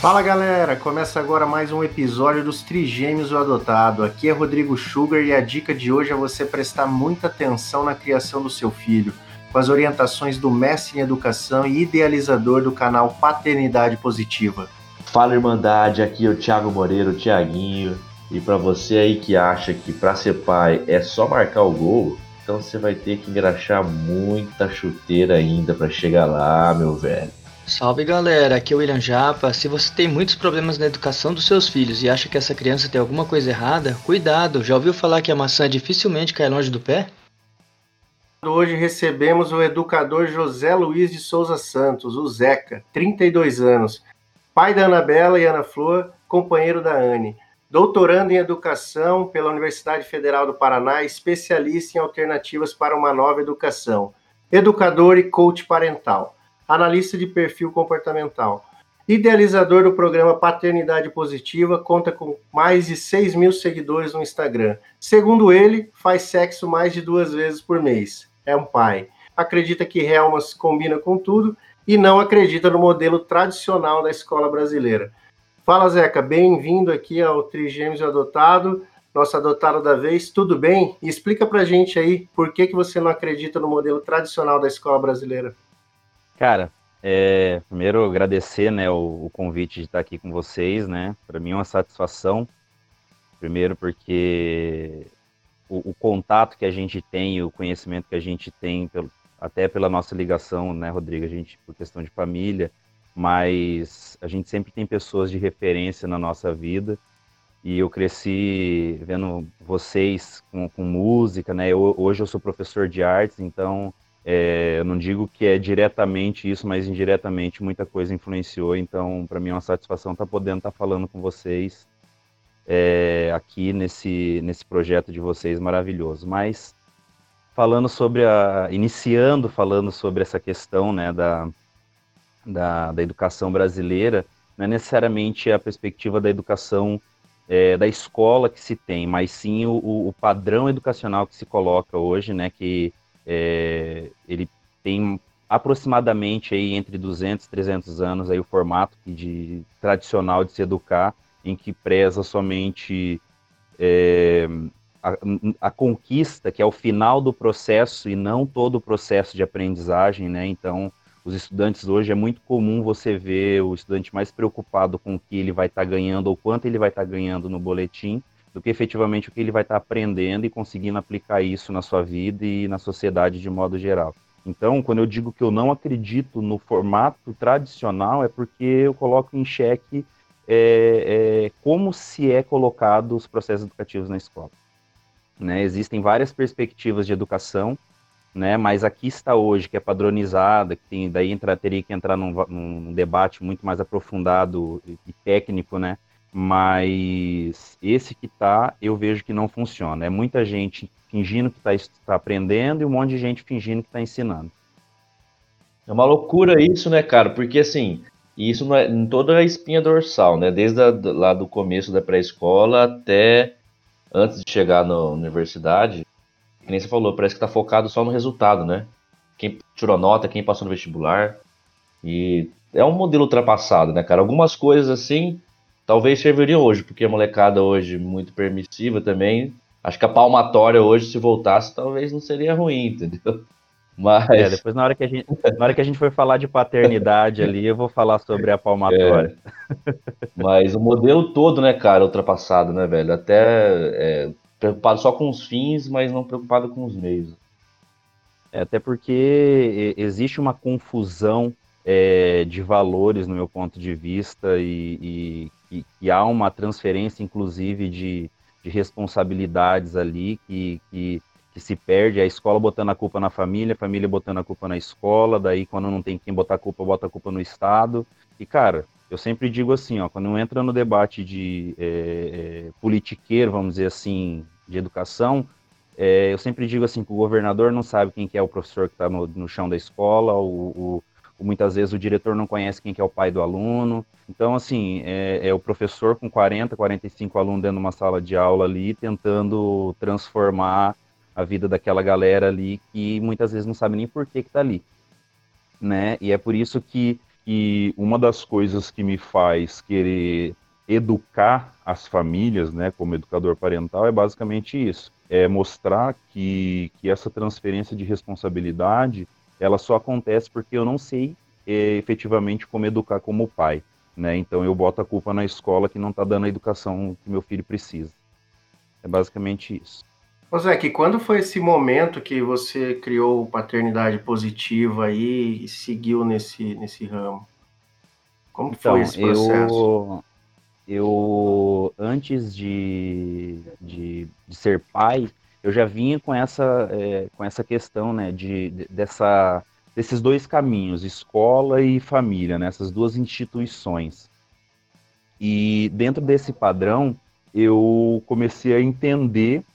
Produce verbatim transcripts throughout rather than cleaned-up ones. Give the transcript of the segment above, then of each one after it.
Fala galera, começa agora mais um episódio dos Trigêmeos do Adotado. Aqui é Rodrigo Sugar e a dica de hoje é você prestar muita atenção na criação do seu filho, com as orientações do mestre em educação e idealizador do canal Paternidade Positiva. Fala Irmandade, aqui é o Thiago Moreira, o Thiaguinho. E para você aí que acha que para ser pai é só marcar o gol, então você vai ter que engraxar muita chuteira ainda para chegar lá, meu velho. Salve galera, aqui é o William Japa. Se você tem muitos problemas na educação dos seus filhos e acha que essa criança tem alguma coisa errada, cuidado, já ouviu falar que a maçã dificilmente cai longe do pé? Hoje recebemos o educador José Luiz de Souza Santos, o Zeca, trinta e dois anos, pai da Anabela e Ana Flor, companheiro da Anne, doutorando em educação pela Universidade Federal do Paraná, especialista em alternativas para uma nova educação, educador e coach parental, analista de perfil comportamental, idealizador do programa Paternidade Positiva, conta com mais de seis mil seguidores no Instagram. Segundo ele, faz sexo mais de duas vezes por mês. É um pai. Acredita que Helmas combina com tudo e não acredita no modelo tradicional da escola brasileira. Fala, Zeca, bem-vindo aqui ao Trigêmeos Adotado, nosso adotado da vez. Tudo bem? E explica pra gente aí por que, que você não acredita no modelo tradicional da escola brasileira. Cara, é, primeiro agradecer, né, o, o convite de estar aqui com vocês, né? Para mim é uma satisfação. Primeiro porque o, o contato que a gente tem, o conhecimento que a gente tem, pelo, até pela nossa ligação, né, Rodrigo? A gente, por questão de família, mas a gente sempre tem pessoas de referência na nossa vida. E eu cresci vendo vocês com, com música, né? Eu, hoje eu sou professor de artes, então é, eu não digo que é diretamente isso, mas indiretamente muita coisa influenciou. Então, para mim é uma satisfação estar podendo estar falando com vocês é, aqui nesse, nesse projeto de vocês maravilhoso. Mas falando sobre a, iniciando falando sobre essa questão, né, da, da, da educação brasileira, não é necessariamente a perspectiva da educação É, da escola que se tem, mas sim o, o padrão educacional que se coloca hoje, né, que é, ele tem aproximadamente aí entre duzentos e trezentos anos aí o formato de, tradicional de se educar, em que preza somente é, a, a conquista, que é o final do processo e não todo o processo de aprendizagem, né, então os estudantes hoje, é muito comum você ver o estudante mais preocupado com o que ele vai estar tá ganhando ou quanto ele vai estar tá ganhando no boletim, do que efetivamente o que ele vai estar tá aprendendo e conseguindo aplicar isso na sua vida e na sociedade de modo geral. Então, quando eu digo que eu não acredito no formato tradicional, é porque eu coloco em xeque é, é, como se é colocado os processos educativos na escola. Né? Existem várias perspectivas de educação, né, mas aqui está hoje, que é padronizada, que tem, daí entra, teria que entrar num, num debate muito mais aprofundado e, e técnico, né, mas esse que está, eu vejo que não funciona. É muita gente fingindo que está tá aprendendo e um monte de gente fingindo que está ensinando. É uma loucura isso, né, cara? Porque assim, isso não é em toda a espinha dorsal, né? Desde a, lá do começo da pré-escola até antes de chegar na universidade. Que nem você falou, parece que tá focado só no resultado, né? Quem tirou nota, quem passou no vestibular. E é um modelo ultrapassado, né, cara? Algumas coisas assim, talvez serviriam hoje, porque a molecada hoje muito permissiva também. Acho que a palmatória hoje, se voltasse, talvez não seria ruim, entendeu? Mas... É, depois na hora que a gente, na hora que a gente for falar de paternidade ali, eu vou falar sobre a palmatória. É, mas o modelo todo, né, cara, ultrapassado, né, velho? Até... É, preocupado só com os fins, mas não preocupado com os meios. É, até porque existe uma confusão é, de valores, no meu ponto de vista, e, e, e há uma transferência, inclusive, de, de responsabilidades ali que, que, que se perde, a escola botando a culpa na família, a família botando a culpa na escola, daí quando não tem quem botar a culpa, bota a culpa no Estado. E, cara, eu sempre digo assim, ó, quando entra no debate de é, é, politiqueiro, vamos dizer assim, de educação, é, eu sempre digo assim que o governador não sabe quem que é o professor que está no, no chão da escola, o, o, o, muitas vezes o diretor não conhece quem que é o pai do aluno. Então, assim, é, é o professor com quarenta, quarenta e cinco alunos dentro de uma sala de aula ali, tentando transformar a vida daquela galera ali que muitas vezes não sabe nem por que que está ali. Né? E é por isso que que uma das coisas que me faz querer educar as famílias, né, como educador parental, é basicamente isso. É mostrar que, que essa transferência de responsabilidade, ela só acontece porque eu não sei é, efetivamente como educar como pai, né? Então eu boto a culpa na escola que não está dando a educação que meu filho precisa. É basicamente isso. Ô Zé, que quando foi esse momento que você criou o Paternidade Positiva aí e seguiu nesse, nesse ramo? Como que foi Então, esse processo? eu, eu antes de, de, de ser pai, eu já vinha com essa, é, com essa questão, né, de, de- dessa, desses dois caminhos, escola e família, né, essas duas instituições. E dentro desse padrão, eu comecei a entender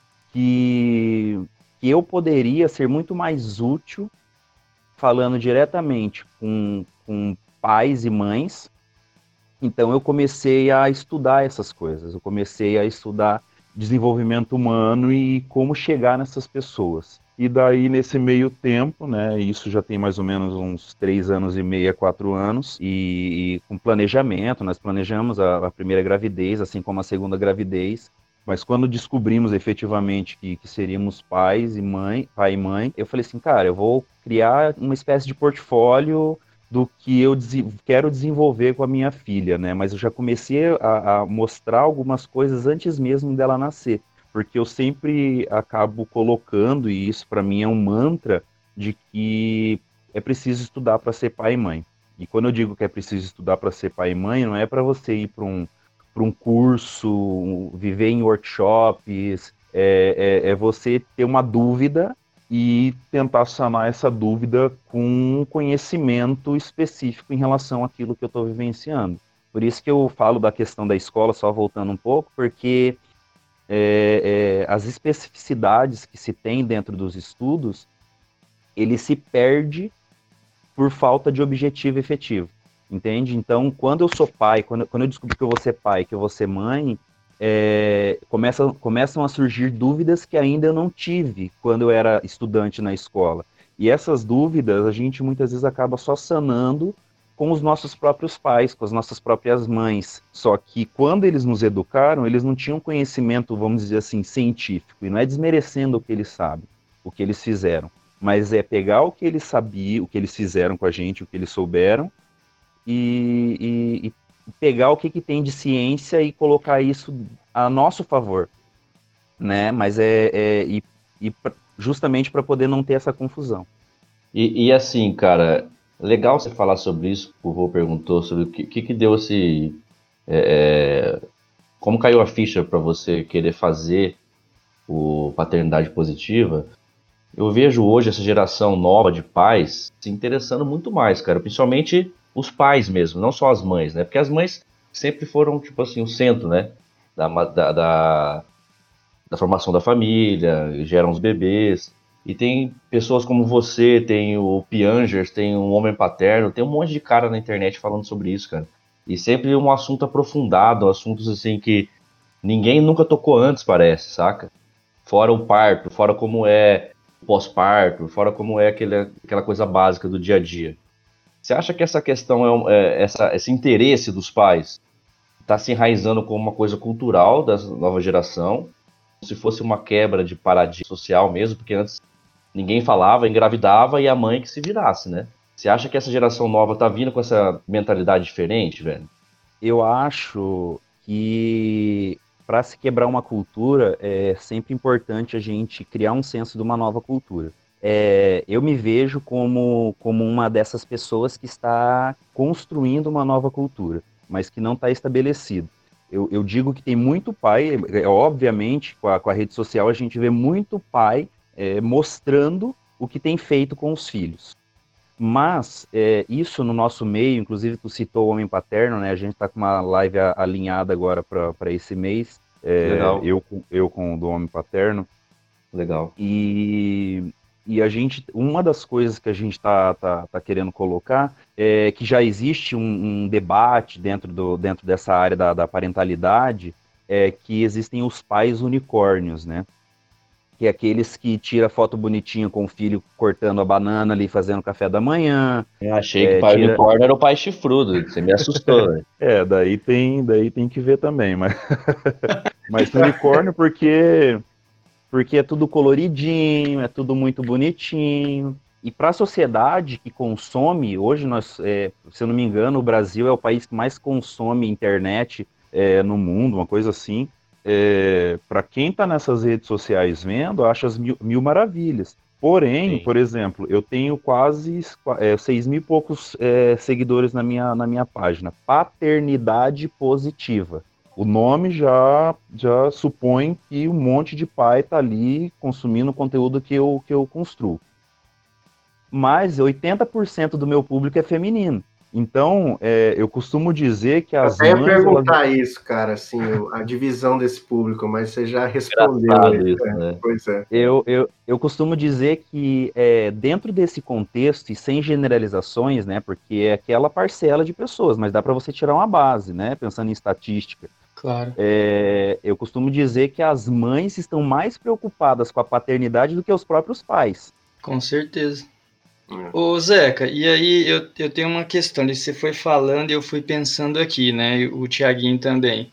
que, que eu poderia ser muito mais útil falando diretamente com, com pais e mães. Então eu comecei a estudar essas coisas, eu comecei a estudar desenvolvimento humano e como chegar nessas pessoas. E daí, nesse meio tempo, né, isso já tem mais ou menos uns três anos e meio, quatro anos, e, e com planejamento, nós planejamos a, a primeira gravidez, assim como a segunda gravidez, mas quando descobrimos efetivamente que, que seríamos pais e mãe, pai e mãe, eu falei assim, cara, eu vou criar uma espécie de portfólio do que eu dese- quero desenvolver com a minha filha, né? Mas eu já comecei a, a mostrar algumas coisas antes mesmo dela nascer, porque eu sempre acabo colocando, e isso para mim é um mantra, de que é preciso estudar para ser pai e mãe. E quando eu digo que é preciso estudar para ser pai e mãe, não é para você ir para um, para um curso, viver em workshops, é, é, é você ter uma dúvida e tentar sanar essa dúvida com um conhecimento específico em relação àquilo que eu estou vivenciando. Por isso que eu falo da questão da escola, só voltando um pouco, porque é, é, as especificidades que se tem dentro dos estudos, ele se perde por falta de objetivo efetivo, entende? Então, quando eu sou pai, quando, quando eu descubro que eu vou ser pai, que eu vou ser mãe, é, começam, começam a surgir dúvidas que ainda eu não tive quando eu era estudante na escola. E essas dúvidas a gente muitas vezes acaba só sanando com os nossos próprios pais, com as nossas próprias mães. Só que quando eles nos educaram, eles não tinham conhecimento, vamos dizer assim, científico. E não é desmerecendo o que eles sabem, o que eles fizeram, mas é pegar o que eles sabiam, o que eles fizeram com a gente, o que eles souberam, e, e, e pegar o que, que tem de ciência e colocar isso a nosso favor, né? Mas é, é e, e pra- justamente para poder não ter essa confusão. E, e assim, cara, legal você falar sobre isso, o vô perguntou sobre o que, que, que deu esse. é, é, como caiu a ficha para você querer fazer o paternidade positiva. Eu vejo hoje essa geração nova de pais se interessando muito mais, cara, principalmente os pais mesmo, não só as mães, né? Porque as mães sempre foram, tipo assim, o centro, né? Da, ma- da, da, da formação da família, geram os bebês. E tem pessoas como você, tem o Piangers, tem o Homem Paterno, tem um monte de cara na internet falando sobre isso, cara. E sempre um assunto aprofundado, assuntos assim que ninguém nunca tocou antes, parece, saca? Fora o parto, fora como é o pós-parto, fora como é aquele, aquela coisa básica do dia a dia. Você acha que essa questão, é, um- é, essa, esse interesse dos pais está se enraizando como uma coisa cultural da nova geração, se fosse uma quebra de paradigma social mesmo, porque antes ninguém falava, engravidava e a mãe que se virasse, né? Você acha que essa geração nova tá vindo com essa mentalidade diferente, velho? Eu acho que para se quebrar uma cultura é sempre importante a gente criar um senso de uma nova cultura. É, eu me vejo como, como uma dessas pessoas que está construindo uma nova cultura, mas que não está estabelecido. Eu, eu digo que tem muito pai, é, obviamente, com a, com a rede social, a gente vê muito pai é, mostrando o que tem feito com os filhos. Mas é, isso no nosso meio, inclusive tu citou o Homem Paterno, né? A gente está com uma live a- alinhada agora para esse mês, é, Legal, eu, com- eu com o do Homem Paterno, legal. e, e a gente, uma das coisas que a gente está tá, tá querendo colocar é que já existe um, um debate dentro, do, dentro dessa área da, da parentalidade, é que existem os pais unicórnios, né? que é aqueles que tira foto bonitinha com o filho cortando a banana ali, fazendo café da manhã. Eu achei que É, o pai tira- unicórnio era o pai chifrudo. Você me assustou, velho. É, daí tem, daí tem que ver também, mas, mas unicórnio porque, porque é tudo coloridinho, é tudo muito bonitinho. E para a sociedade que consome, hoje nós, é, se eu não me engano, o Brasil é o país que mais consome internet é, no mundo, uma coisa assim. É, para quem está nessas redes sociais vendo, acha as mil, mil maravilhas. Porém, Sim. por exemplo, eu tenho quase é, seis mil e poucos é, seguidores na minha, na minha página. Paternidade positiva. O nome já, já supõe que um monte de pai está ali consumindo o conteúdo que eu, que eu construo. Mas oitenta por cento do meu público é feminino. Então, é, eu costumo dizer que as Até ia mães... Elas... perguntar isso, cara, assim, o- a divisão desse público, mas você já respondeu. Engraçado aí. isso, É, né? pois é. Eu, eu, eu costumo dizer que é, dentro desse contexto, e sem generalizações, né, porque é aquela parcela de pessoas, mas dá para você tirar uma base, né, pensando em estatística. Claro. É, eu costumo dizer que as mães estão mais preocupadas com a paternidade do que os próprios pais. Com certeza. É. Ô Zeca, e aí eu, eu tenho uma questão, você foi falando e eu fui pensando aqui, né, e o Thiaguinho também.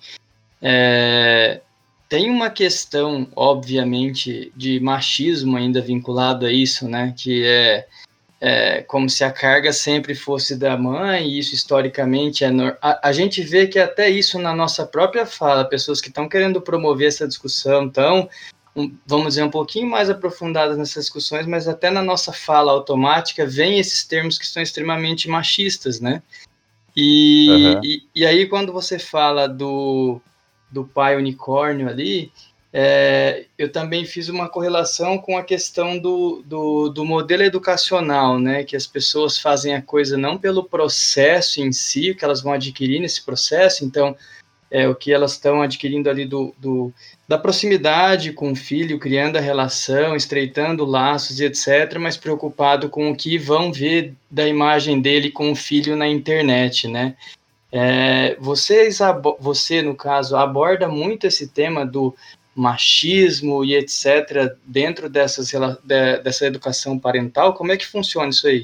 É, tem uma questão, obviamente, de machismo ainda vinculado a isso, né, que é, é como se a carga sempre fosse da mãe, e isso historicamente é... No... A, a gente vê que até isso na nossa própria fala, pessoas que estão querendo promover essa discussão, estão... Um, vamos dizer, um pouquinho mais aprofundadas nessas discussões, mas até na nossa fala automática vem esses termos que são extremamente machistas, né? E, Uhum. e, e aí quando você fala do, do pai unicórnio ali, é, eu também fiz uma correlação com a questão do, do, do modelo educacional, né? Que as pessoas fazem a coisa não pelo processo em si, que elas vão adquirir nesse processo, então... É, o que elas estão adquirindo ali do, do, da proximidade com o filho, criando a relação, estreitando laços e etcétera, mas preocupado com o que vão ver da imagem dele com o filho na internet, né? É, vocês, você, no caso, aborda muito esse tema do machismo e etcétera dentro dessas, dessa educação parental? Como é que funciona isso aí?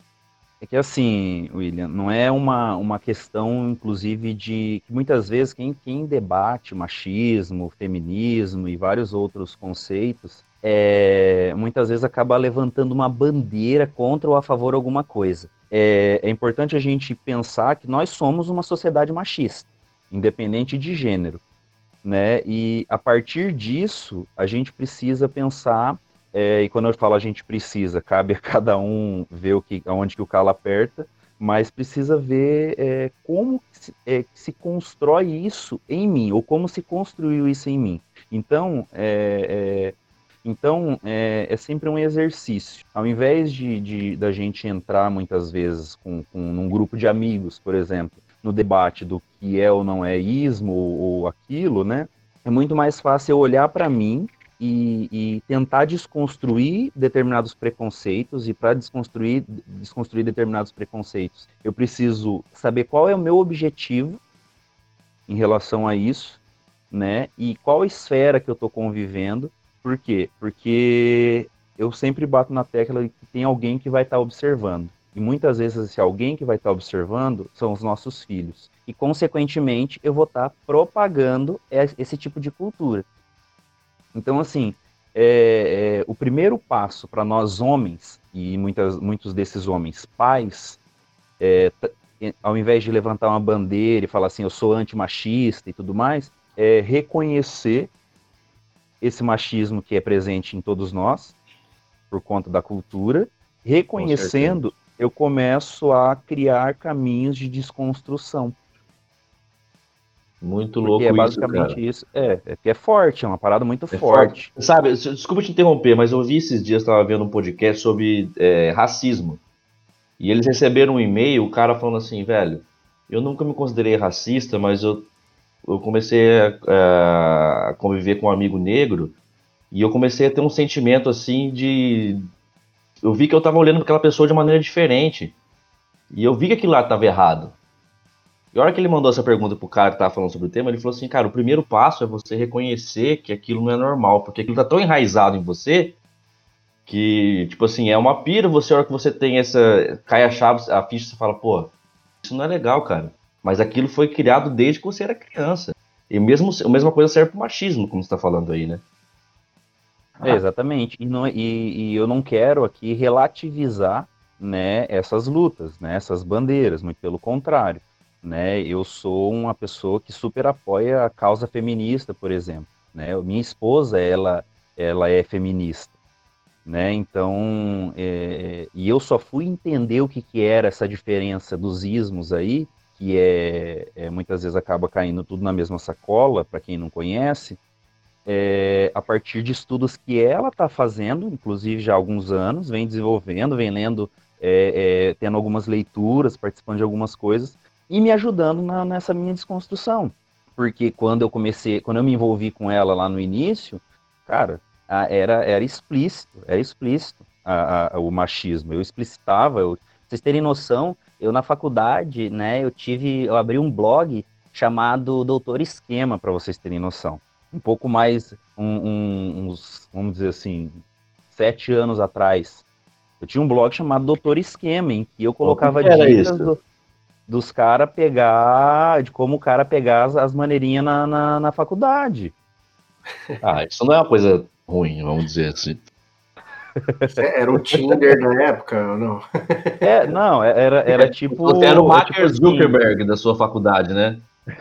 É que assim, William, não é uma, uma questão, inclusive, de que muitas vezes quem, quem debate machismo, feminismo e vários outros conceitos, é, muitas vezes acaba levantando uma bandeira contra ou a favor de alguma coisa. É, é importante a gente pensar que nós somos uma sociedade machista, independente de gênero, né? E a partir disso, a gente precisa pensar... É, e quando eu falo a gente precisa, cabe a cada um ver o que, aonde que o calo aperta, mas precisa ver é, como se, é, se constrói isso em mim, ou como se construiu isso em mim. Então, é, é, então é, é sempre um exercício. Ao invés de, de da gente entrar muitas vezes com, com num grupo de amigos, por exemplo, no debate do que é ou não é ismo ou, ou aquilo, né? É muito mais fácil eu olhar para mim E, e tentar desconstruir determinados preconceitos, e para desconstruir, desconstruir determinados preconceitos, eu preciso saber qual é o meu objetivo em relação a isso, né? E qual esfera que eu estou convivendo. Por quê? Porque eu sempre bato na tecla de que tem alguém que vai estar tá observando. E muitas vezes esse alguém que vai estar tá observando são os nossos filhos. E, consequentemente, eu vou estar tá propagando esse tipo de cultura. Então, assim, é, é, o primeiro passo para nós homens, e muitas, muitos desses homens pais, é, ao invés de levantar uma bandeira e falar assim, eu sou antimachista e tudo mais, é reconhecer esse machismo que é presente em todos nós, por conta da cultura. Reconhecendo, eu começo a criar caminhos de desconstrução. Muito Porque louco é isso, basicamente cara. isso. É, é que é forte, é uma parada muito É forte. forte. Sabe, desculpa te interromper, mas eu vi esses dias, estava vendo um podcast sobre é, racismo. E eles receberam um e-mail, o cara falando assim, velho, eu nunca me considerei racista, mas eu, eu comecei a, a conviver com um amigo negro e eu comecei a ter um sentimento assim de... Eu vi que eu estava olhando para aquela pessoa de maneira diferente. E eu vi que aquilo lá estava errado. E a hora que ele mandou essa pergunta pro cara que tava falando sobre o tema, ele falou assim, cara, o primeiro passo é você reconhecer que aquilo não é normal, porque aquilo tá tão enraizado em você que, tipo assim, é uma pira você, a hora que você tem essa, cai a chave, a ficha, você fala, pô, isso não é legal, cara. Mas aquilo foi criado desde que você era criança. E mesmo, a mesma coisa serve pro machismo, como você tá falando aí, né? É, exatamente. E, não, e, e eu não quero aqui relativizar, né, essas lutas, né, essas bandeiras, muito pelo contrário. Né, eu sou uma pessoa que super apoia a causa feminista, por exemplo. Né? Minha esposa, ela, ela é feminista. Né? Então, é, e eu só fui entender o que, que era essa diferença dos ismos aí, que é, é muitas vezes acaba caindo tudo na mesma sacola, para quem não conhece, é, a partir de estudos que ela está fazendo, inclusive já há alguns anos, vem desenvolvendo, vem lendo, é, é, tendo algumas leituras, participando de algumas coisas, e me ajudando na, nessa minha desconstrução. Porque quando eu comecei, quando eu me envolvi com ela lá no início, cara, a, era, era explícito, era explícito a, a, o machismo. Eu explicitava, eu, pra vocês terem noção, eu na faculdade, né, eu tive, eu abri um blog chamado Doutor Esquema, para vocês terem noção. Um pouco mais, um, um, uns, vamos dizer assim, sete anos atrás. Eu tinha um blog chamado Doutor Esquema, em que eu colocava dicas do, dos caras pegar, de como o cara pegar as, as maneirinhas na, na, na faculdade. Ah, isso não é uma coisa ruim, vamos dizer assim. Era o Tinder da época ou não? É, não, era, era tipo... Você era o Mark tipo assim, Zuckerberg da sua faculdade, né?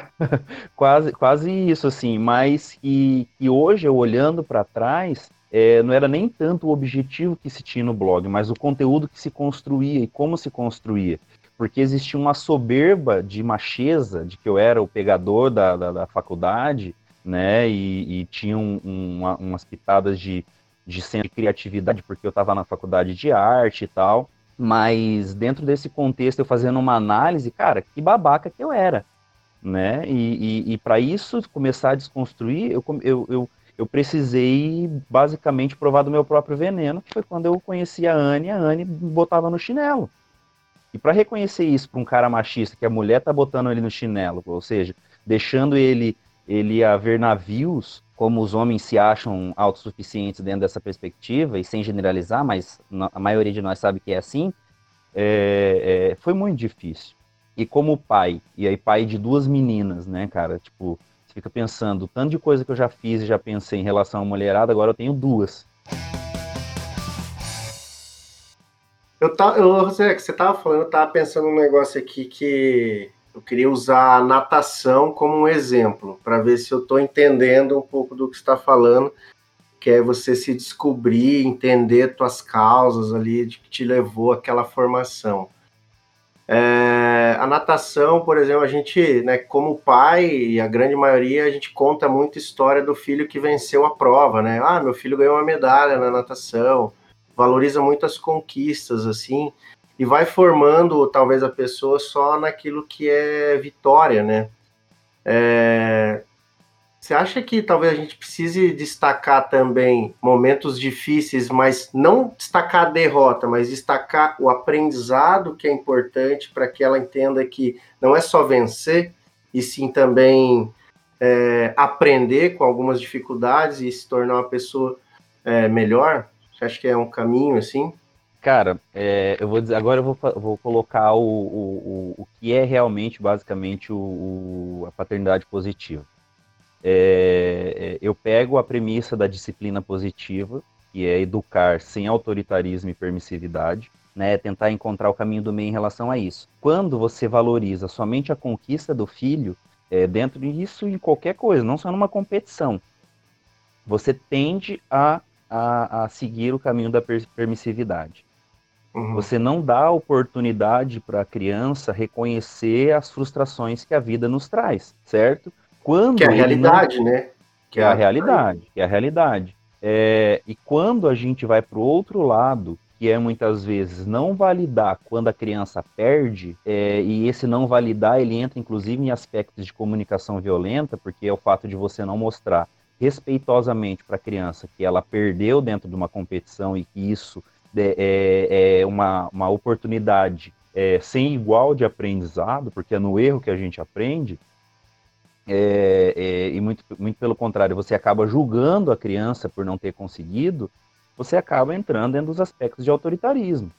quase, quase isso, assim, mas que, que hoje, eu olhando para trás, é, não era nem tanto o objetivo que se tinha no blog, mas o conteúdo que se construía e como se construía. Porque existia uma soberba de macheza, de que eu era o pegador da, da, da faculdade, né, e, e tinha um, um, uma, umas pitadas de, de centro de criatividade, porque eu estava na faculdade de arte e tal, mas dentro desse contexto, eu fazendo uma análise, cara, que babaca que eu era. Né? E, e, e para isso começar a desconstruir, eu, eu, eu, eu precisei basicamente provar do meu próprio veneno, que foi quando eu conheci a Anne, a Anne me botava no chinelo. E para reconhecer isso para um cara machista, que a mulher tá botando ele no chinelo, ou seja, deixando ele, ele a ver navios, como os homens se acham autossuficientes dentro dessa perspectiva, e sem generalizar, mas a maioria de nós sabe que é assim, é, é, foi muito difícil. E como pai, e aí pai de duas meninas, né, cara, tipo, você fica pensando, o tanto de coisa que eu já fiz e já pensei em relação à mulherada, agora eu tenho duas. Eu tava, eu, Zé, que você tava falando, eu tava pensando num negócio aqui que eu queria usar a natação como um exemplo, para ver se eu tô entendendo um pouco do que você está falando, que é você se descobrir, entender tuas causas ali, de que te levou àquela formação. É, a natação, por exemplo, a gente, né, como pai, e a grande maioria, a gente conta muita história do filho que venceu a prova, né? Ah, meu filho ganhou uma medalha na natação, valoriza muitas conquistas, assim, e vai formando, talvez, a pessoa só naquilo que é vitória, né? É... Você acha que talvez a gente precise destacar também momentos difíceis, mas não destacar a derrota, mas destacar o aprendizado que é importante para que ela entenda que não é só vencer, e sim também é, aprender com algumas dificuldades e se tornar uma pessoa é, melhor? Você acha que é um caminho assim? Cara, é, eu vou dizer, agora eu vou, vou colocar o, o, o, o que é realmente, basicamente, o, o, a paternidade positiva. É, eu pego a premissa da disciplina positiva, que é educar sem autoritarismo e permissividade, né, tentar encontrar o caminho do meio em relação a isso. Quando você valoriza somente a conquista do filho, é, dentro disso em qualquer coisa, não só numa competição, você tende a, a, a seguir o caminho da permissividade. Uhum. Você não dá oportunidade para a criança reconhecer as frustrações que a vida nos traz, certo? Quando que é a realidade, não... né? Que, que é a realidade, que é a realidade. É, e quando a gente vai para o outro lado, que é muitas vezes não validar quando a criança perde, é, e esse não validar, ele entra inclusive em aspectos de comunicação violenta, porque é o fato de você não mostrar respeitosamente para a criança que ela perdeu dentro de uma competição e que isso é, é uma, uma oportunidade é, sem igual de aprendizado, porque é no erro que a gente aprende, é, é, e muito, muito pelo contrário, você acaba julgando a criança por não ter conseguido, você acaba entrando dentro dos aspectos de autoritarismo.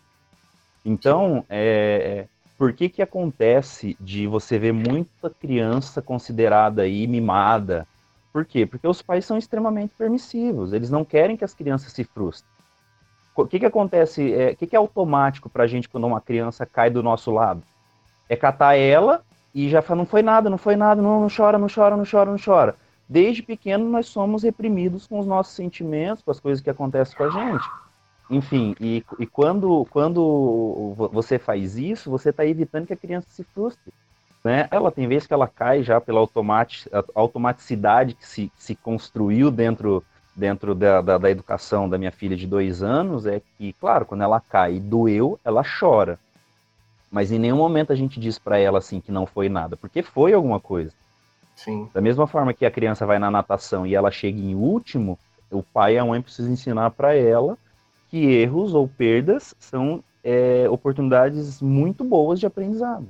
Então, é, por que que acontece de você ver muita criança considerada aí mimada? Por quê? Porque os pais são extremamente permissivos, eles não querem que as crianças se frustrem. O que que acontece, é, o que que é automático pra gente quando uma criança cai do nosso lado? É catar ela e já fala, não foi nada, não foi nada, não, não chora, não chora, não chora, não chora. Desde pequeno nós somos reprimidos com os nossos sentimentos, com as coisas que acontecem com a gente. Enfim, e, e quando, quando você faz isso, você está evitando que a criança se frustre. Né? Ela tem vezes que ela cai já pela automati automaticidade que se, se construiu dentro, dentro da, da, da educação da minha filha de dois anos, é que, claro, quando ela cai e doeu, ela chora. Mas em nenhum momento a gente diz para ela assim que não foi nada, porque foi alguma coisa. Sim. Da mesma forma que a criança vai na natação e ela chega em último, o pai e a mãe precisam ensinar para ela que erros ou perdas são é, oportunidades muito boas de aprendizado.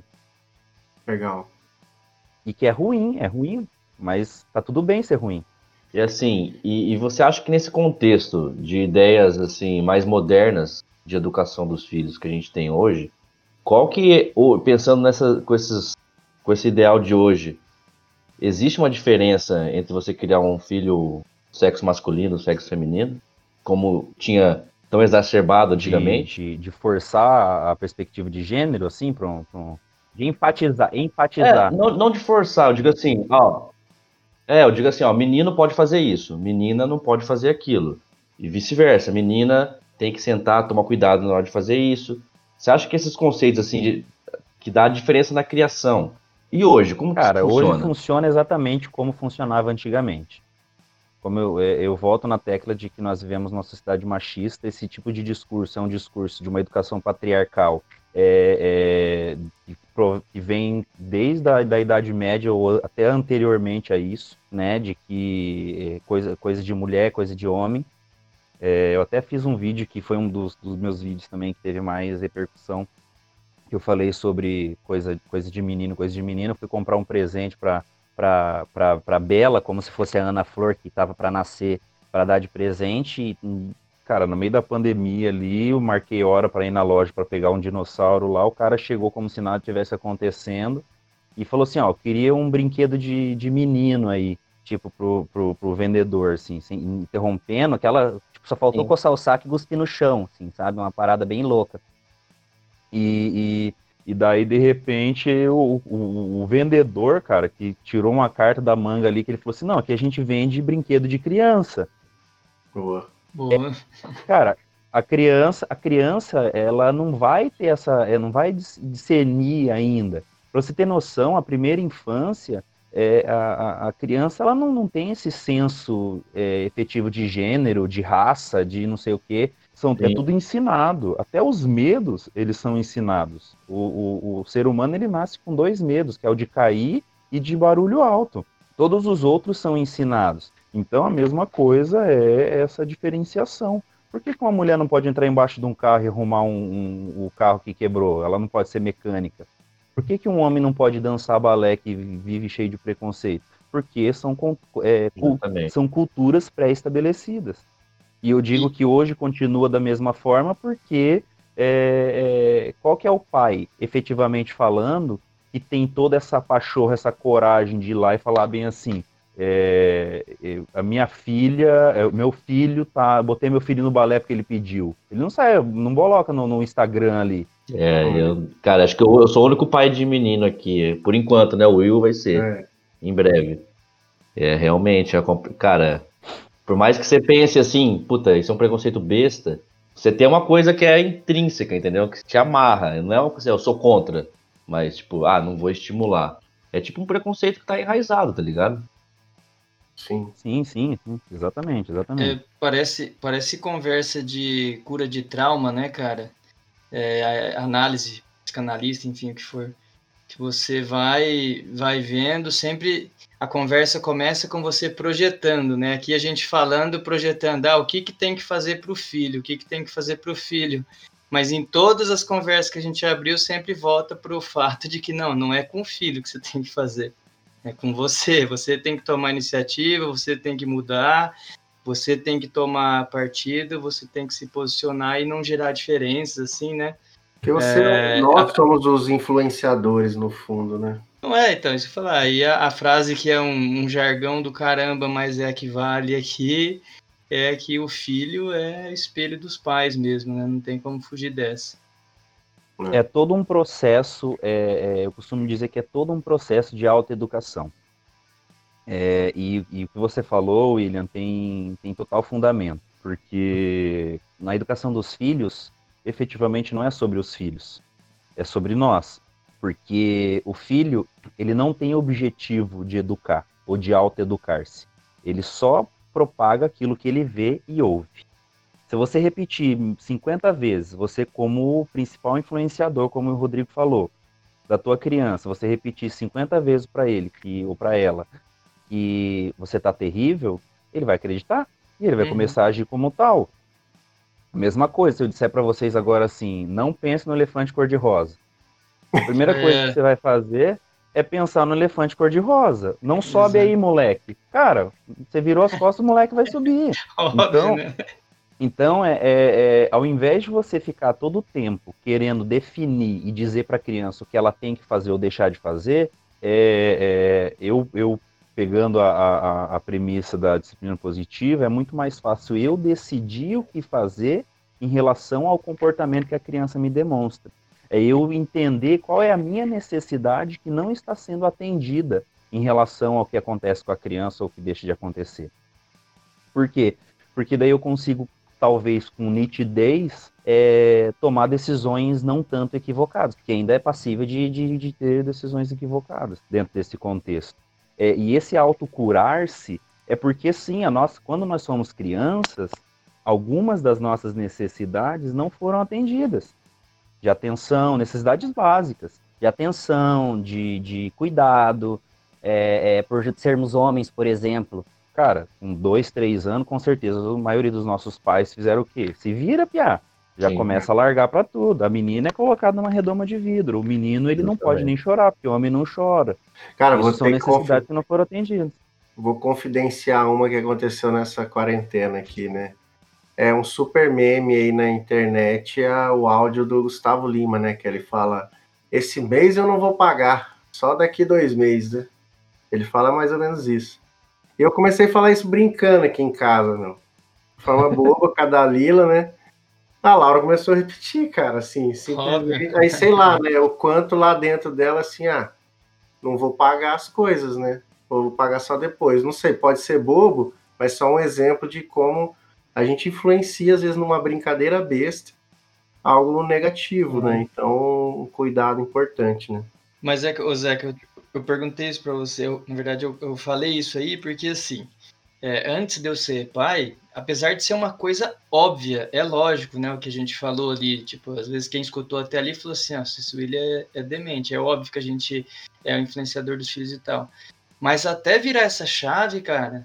Legal. E que é ruim, é ruim, mas tá tudo bem ser ruim. E assim, e, e você acha que nesse contexto de ideias assim mais modernas de educação dos filhos que a gente tem hoje, qual que, pensando nessa, com, esses, com esse ideal de hoje, existe uma diferença entre você criar um filho sexo masculino, sexo feminino, como tinha tão exacerbado antigamente? De, de, de forçar a perspectiva de gênero, assim, para um, um, de enfatizar, enfatizar. É, não, não de forçar, eu digo assim, ó, é, eu digo assim, ó, menino pode fazer isso, menina não pode fazer aquilo, e vice-versa, menina tem que sentar, tomar cuidado na hora de fazer isso. Você acha que esses conceitos, assim, de, que dá diferença na criação, e hoje, como Cara, que funciona? Hoje funciona exatamente como funcionava antigamente. Como eu, eu volto na tecla de que nós vivemos numa sociedade machista, esse tipo de discurso é um discurso de uma educação patriarcal é, é, que vem desde a da Idade Média ou até anteriormente a isso, né, de que é, coisa, coisa de mulher, coisa de homem. É, eu até fiz um vídeo que foi um dos, dos meus vídeos também que teve mais repercussão, que eu falei sobre coisa, coisa de menino, coisa de menina. Eu fui comprar um presente para para Bela, como se fosse a Ana Flor que estava para nascer, para dar de presente. E, cara, no meio da pandemia ali, eu marquei hora para ir na loja para pegar um dinossauro lá. O cara chegou como se nada tivesse acontecendo e falou assim: ó, eu queria um brinquedo de, de menino aí, tipo, pro, pro, pro vendedor, assim, assim, interrompendo, aquela. Tipo, só faltou Sim. coçar o saco e cuspir no chão, assim, sabe? Uma parada bem louca. E, e, e daí, de repente, o, o, o vendedor, cara, que tirou uma carta da manga ali, que ele falou assim, não, aqui a gente vende brinquedo de criança. Boa. Boa. Cara, a criança, a criança, ela não vai ter essa, ela não vai discernir ainda. Pra você ter noção, a primeira infância, é, a, a criança, ela não, não tem esse senso é, efetivo de gênero, de raça, de não sei o quê. São, é tudo ensinado. Até os medos, eles são ensinados. O, o, o ser humano, ele nasce com dois medos, que é o de cair e de barulho alto. Todos os outros são ensinados. Então, a mesma coisa é essa diferenciação. Por que que uma mulher não pode entrar embaixo de um carro e arrumar um, um, o carro que quebrou? Ela não pode ser mecânica. Por que que um homem não pode dançar balé que vive cheio de preconceito? Porque são, é, são culturas pré-estabelecidas. E eu digo que hoje continua da mesma forma porque é, é, qual que é o pai, efetivamente falando, que tem toda essa pachorra, essa coragem de ir lá e falar bem assim, é, a minha filha, o meu filho tá, botei meu filho no balé porque ele pediu. Ele não sai, não coloca no, no Instagram ali. É, eu, cara, acho que eu, eu sou o único pai de menino aqui, por enquanto, né? O Will vai ser, é. Em breve. É, realmente, é, cara, por mais que você pense assim, puta, isso é um preconceito besta, você tem uma coisa que é intrínseca, entendeu? Que te amarra, não é uma coisa, eu sou contra, mas tipo, ah, não vou estimular. É tipo um preconceito que tá enraizado, tá ligado? Sim, sim, sim, sim. exatamente, exatamente. É, parece, parece conversa de cura de trauma, né, cara? É, análise, psicanalista, enfim, o que for. Que você vai, vai vendo, sempre a conversa começa com você projetando, né? Aqui a gente falando, projetando, ah, o que, que tem que fazer para o filho, o que, que tem que fazer para o filho. Mas em todas as conversas que a gente abriu, sempre volta para o fato de que não, não é com o filho que você tem que fazer, é com você. Você tem que tomar iniciativa, você tem que mudar, você tem que tomar partido, você tem que se posicionar e não gerar diferenças, assim, né? Porque você, é, nós a... somos os influenciadores, no fundo, né? Não é, então, isso eu falar. Aí a, a frase que é um, um jargão do caramba, mas é a que vale aqui, é que o filho é espelho dos pais mesmo, né? Não tem como fugir dessa. É todo um processo, é, é, eu costumo dizer que é todo um processo de autoeducação. É, e, e o que você falou, William, tem, tem total fundamento, porque na educação dos filhos, efetivamente não é sobre os filhos, é sobre nós. Porque o filho, ele não tem objetivo de educar ou de autoeducar-se. Ele só propaga aquilo que ele vê e ouve. Se você repetir cinquenta vezes, você como principal influenciador, como o Rodrigo falou, da tua criança, você repetir cinquenta vezes para ele que, ou para ela que você tá terrível, ele vai acreditar e ele vai uhum. começar a agir como tal. Mesma coisa, se eu disser para vocês agora assim, não pense no elefante cor-de-rosa. A primeira coisa é. que você vai fazer é pensar no elefante cor-de-rosa. Não Exato. sobe aí, moleque. Cara, você virou as costas, o moleque vai subir. Óbvio, então, né? então é, é, é, ao invés de você ficar todo o tempo querendo definir e dizer para a criança o que ela tem que fazer ou deixar de fazer, é, é, eu, eu pegando a, a, a premissa da disciplina positiva, é muito mais fácil eu decidir o que fazer em relação ao comportamento que a criança me demonstra. É eu entender qual é a minha necessidade que não está sendo atendida em relação ao que acontece com a criança ou que deixa de acontecer. Por quê? Porque daí eu consigo, talvez com nitidez, é, tomar decisões não tanto equivocadas, porque ainda é passível de, de, de ter decisões equivocadas dentro desse contexto. É, e esse autocurar-se é porque, sim, a nossa, quando nós somos crianças, algumas das nossas necessidades não foram atendidas. De atenção, necessidades básicas, de atenção, de, de cuidado, é, é, por sermos homens, por exemplo. Cara, com dois, três anos, com certeza, a maioria dos nossos pais fizeram o quê? Se vira, piá. Já Sim, começa a largar para tudo. A menina é colocada numa redoma de vidro. O menino, ele não pode nem chorar, porque o homem não chora. Cara, Isso vou são necessidades conf... que não foram atendidas. Vou confidenciar uma que aconteceu nessa quarentena aqui, né? É um super meme aí na internet, é o áudio do Gustavo Lima, né? Que ele fala, esse mês eu não vou pagar, só daqui dois meses, né? Ele fala mais ou menos isso. E eu comecei a falar isso brincando aqui em casa, meu. De forma boba, com a Dalila, né? A Laura começou a repetir, cara, assim, simplesmente. Aí, sei lá, né? O quanto lá dentro dela, assim, ah, não vou pagar as coisas, né? Ou vou pagar só depois. Não sei, pode ser bobo, mas só um exemplo de como a gente influencia, às vezes, numa brincadeira besta, algo negativo, uhum. né? Então, um cuidado importante, né? Mas é que, ô Zé, que eu, eu perguntei isso pra você, eu, na verdade, eu, eu falei isso aí porque, assim, é, antes de eu ser pai, apesar de ser uma coisa óbvia, é lógico, né, o que a gente falou ali, tipo, às vezes quem escutou até ali falou assim, ah, esse William é, é demente, é óbvio que a gente é o influenciador dos filhos e tal. Mas até virar essa chave, cara,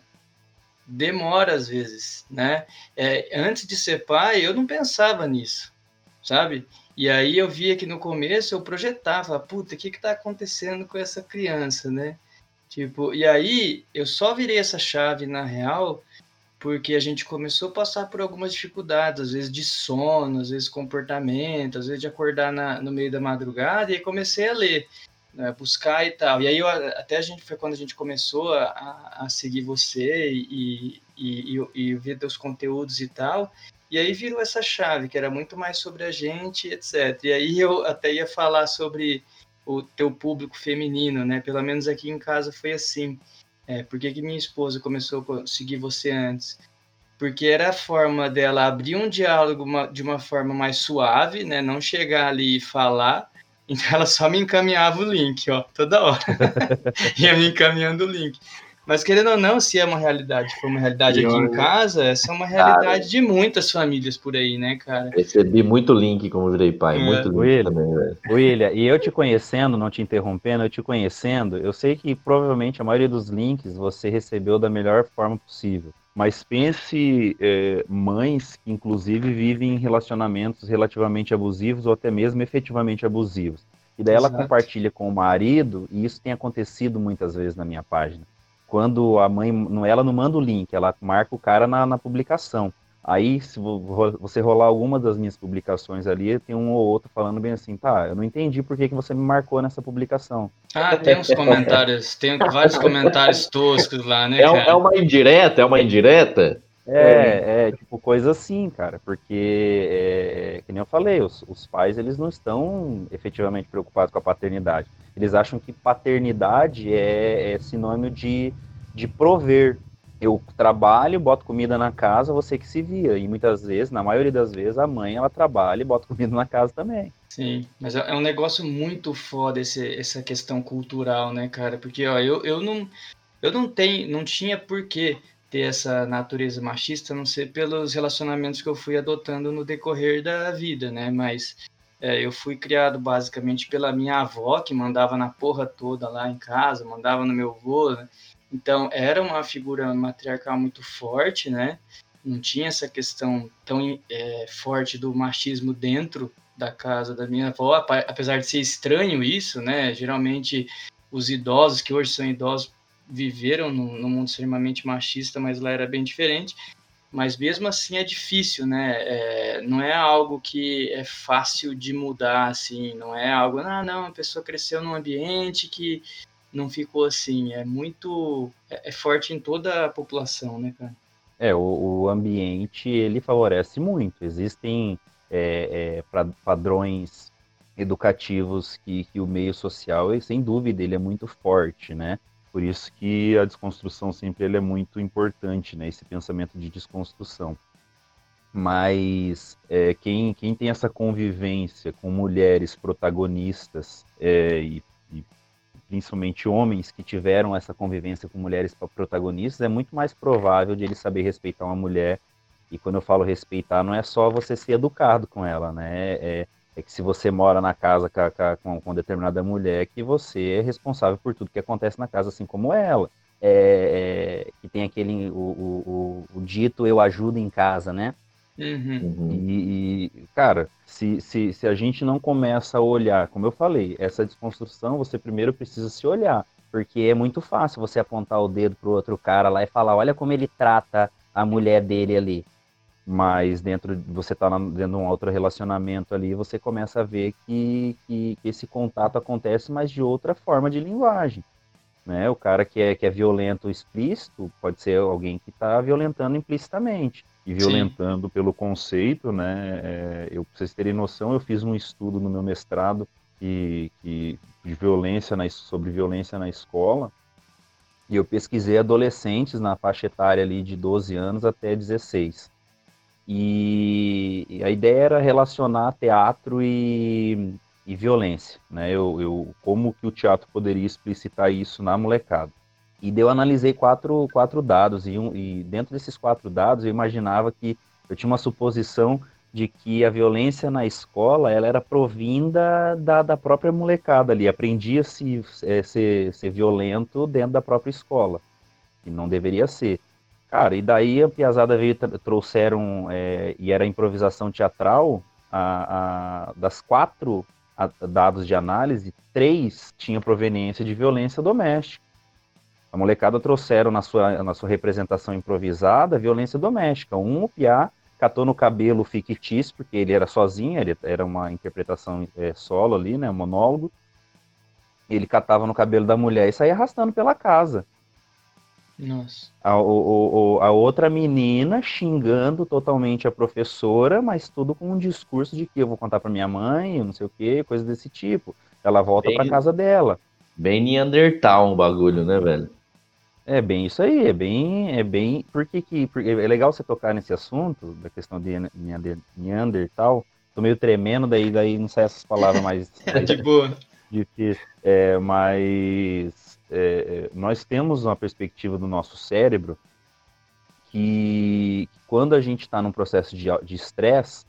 demora às vezes, né? É, antes de ser pai, eu não pensava nisso, sabe? E aí eu via que no começo eu projetava, puta, o que que tá acontecendo com essa criança, né? Tipo, e aí eu só virei essa chave na real porque a gente começou a passar por algumas dificuldades, às vezes de sono, às vezes comportamento, às vezes de acordar na, no meio da madrugada, e aí comecei a ler, né, buscar e tal. E aí eu, até a gente foi quando a gente começou a, a seguir você e, e, e, e ver teus conteúdos e tal, e aí virou essa chave, que era muito mais sobre a gente, etcétera. E aí eu até ia falar sobre o teu público feminino, né? Pelo menos aqui em casa foi assim. É, por que que minha esposa começou a seguir você antes? Porque era a forma dela abrir um diálogo uma, de uma forma mais suave, né? Não chegar ali e falar. Então ela só me encaminhava o link, ó, toda hora. Ia me encaminhando o link. Mas querendo ou não, se é uma realidade, for uma realidade aqui em casa, essa é uma realidade cara, de muitas famílias por aí, né, cara? Recebi muito link como virei pai, é. muito link William, também, velho. William, e eu te conhecendo, não te interrompendo, eu te conhecendo, eu sei que provavelmente a maioria dos links você recebeu da melhor forma possível. Mas pense é, mães que, inclusive, vivem em relacionamentos relativamente abusivos ou até mesmo efetivamente abusivos. E daí ela Exato. compartilha com o marido, e isso tem acontecido muitas vezes na minha página. Quando a mãe, ela não manda o link, ela marca o cara na, na publicação. Aí, se você rolar alguma das minhas publicações ali, tem um ou outro falando bem assim, tá, eu não entendi por que, que você me marcou nessa publicação. Ah, tem uns comentários, tem vários comentários toscos lá, né, É, um- é cara? uma indireta? É uma indireta? É, é tipo coisa assim, cara, porque, é, que nem eu falei, os, os pais, eles não estão efetivamente preocupados com a paternidade. Eles acham que paternidade é, é sinônimo de, de prover. Eu trabalho, boto comida na casa, você que se vira. E muitas vezes, na maioria das vezes, a mãe, ela trabalha e bota comida na casa também. Sim, mas é é um negócio muito foda esse, essa questão cultural, né, cara? Porque, ó, eu, eu não, eu não tenho, não tinha por que ter essa natureza machista, a não ser pelos relacionamentos que eu fui adotando no decorrer da vida, né? Mas é, eu fui criado basicamente pela minha avó, que mandava na porra toda lá em casa, mandava no meu avô, né? Então, era uma figura matriarcal muito forte, né? Não tinha essa questão tão é, forte do machismo dentro da casa da minha avó, apa- apesar de ser estranho isso, né? Geralmente os idosos, que hoje são idosos, viveram num, num mundo extremamente machista, mas lá era bem diferente. Mas mesmo assim é difícil, né? É, não é algo que é fácil de mudar, assim. Não é algo, ah, não, a pessoa cresceu num ambiente que não ficou assim. É muito, é, é forte em toda a população, né, cara? É, o, o ambiente, ele favorece muito. Existem é, é, pra- padrões educativos que, que o meio social, e sem dúvida, ele é muito forte, né? Por isso que a desconstrução sempre ele é muito importante, né? Esse pensamento de desconstrução. Mas é, quem, quem tem essa convivência com mulheres protagonistas é, e, e principalmente homens que tiveram essa convivência com mulheres protagonistas, é muito mais provável de ele saber respeitar uma mulher. E quando eu falo respeitar, não é só você ser educado com ela, né? É, é que se você mora na casa com, com, com determinada mulher, que você é responsável por tudo que acontece na casa, assim como ela. É, é, que tem aquele, o, o, o, o dito eu ajudo em casa, né? Uhum. Uhum. E, e, cara, se, se, se a gente não começa a olhar, como eu falei, essa desconstrução, você primeiro precisa se olhar, porque é muito fácil você apontar o dedo pro outro cara lá e falar, olha como ele trata a mulher dele ali. Mas dentro, você tá na- dentro de um outro relacionamento ali, você começa a ver que, que, que esse contato acontece, mas de outra forma de linguagem. Né? O cara que é, que é violento explícito pode ser alguém que está violentando implicitamente. E violentando pelo conceito, né? É, eu, pra vocês terem noção, eu fiz um estudo no meu mestrado que, que, de violência na, sobre violência na escola, e eu pesquisei adolescentes na faixa etária ali de doze anos até dezesseis. E, e a ideia era relacionar teatro e, e violência, né? Eu, eu, como que o teatro poderia explicitar isso na molecada. E daí eu analisei quatro, quatro dados, e, um, e dentro desses quatro dados eu imaginava que eu tinha uma suposição de que a violência na escola ela era provinda da, da própria molecada ali, aprendia-se é, ser, ser violento dentro da própria escola, e não deveria ser. Cara, e daí a piazada veio, trouxeram, é, e era improvisação teatral, a, a, das quatro a, dados de análise, três tinham proveniência de violência doméstica. A molecada trouxeram na sua, na sua representação improvisada violência doméstica. Um, o piá, catou no cabelo fictício, porque ele era sozinho, ele era uma interpretação é, solo ali, né, um monólogo. Ele catava no cabelo da mulher e saía arrastando pela casa. Nossa. A, o, o, a outra menina xingando totalmente a professora, mas tudo com um discurso de que eu vou contar para minha mãe, não sei o que, coisa desse tipo. Ela volta para Bem- casa dela. Bem Neandertal um bagulho, né, velho? É bem isso aí, é bem, é bem, por que que, porque é legal você tocar nesse assunto, da questão de Neander- Neandertal, tô meio tremendo, daí, daí não sai essas palavras mais, mais De boa. difíceis, é, mas é, é, nós temos uma perspectiva do nosso cérebro que, que quando a gente está num processo de de estresse,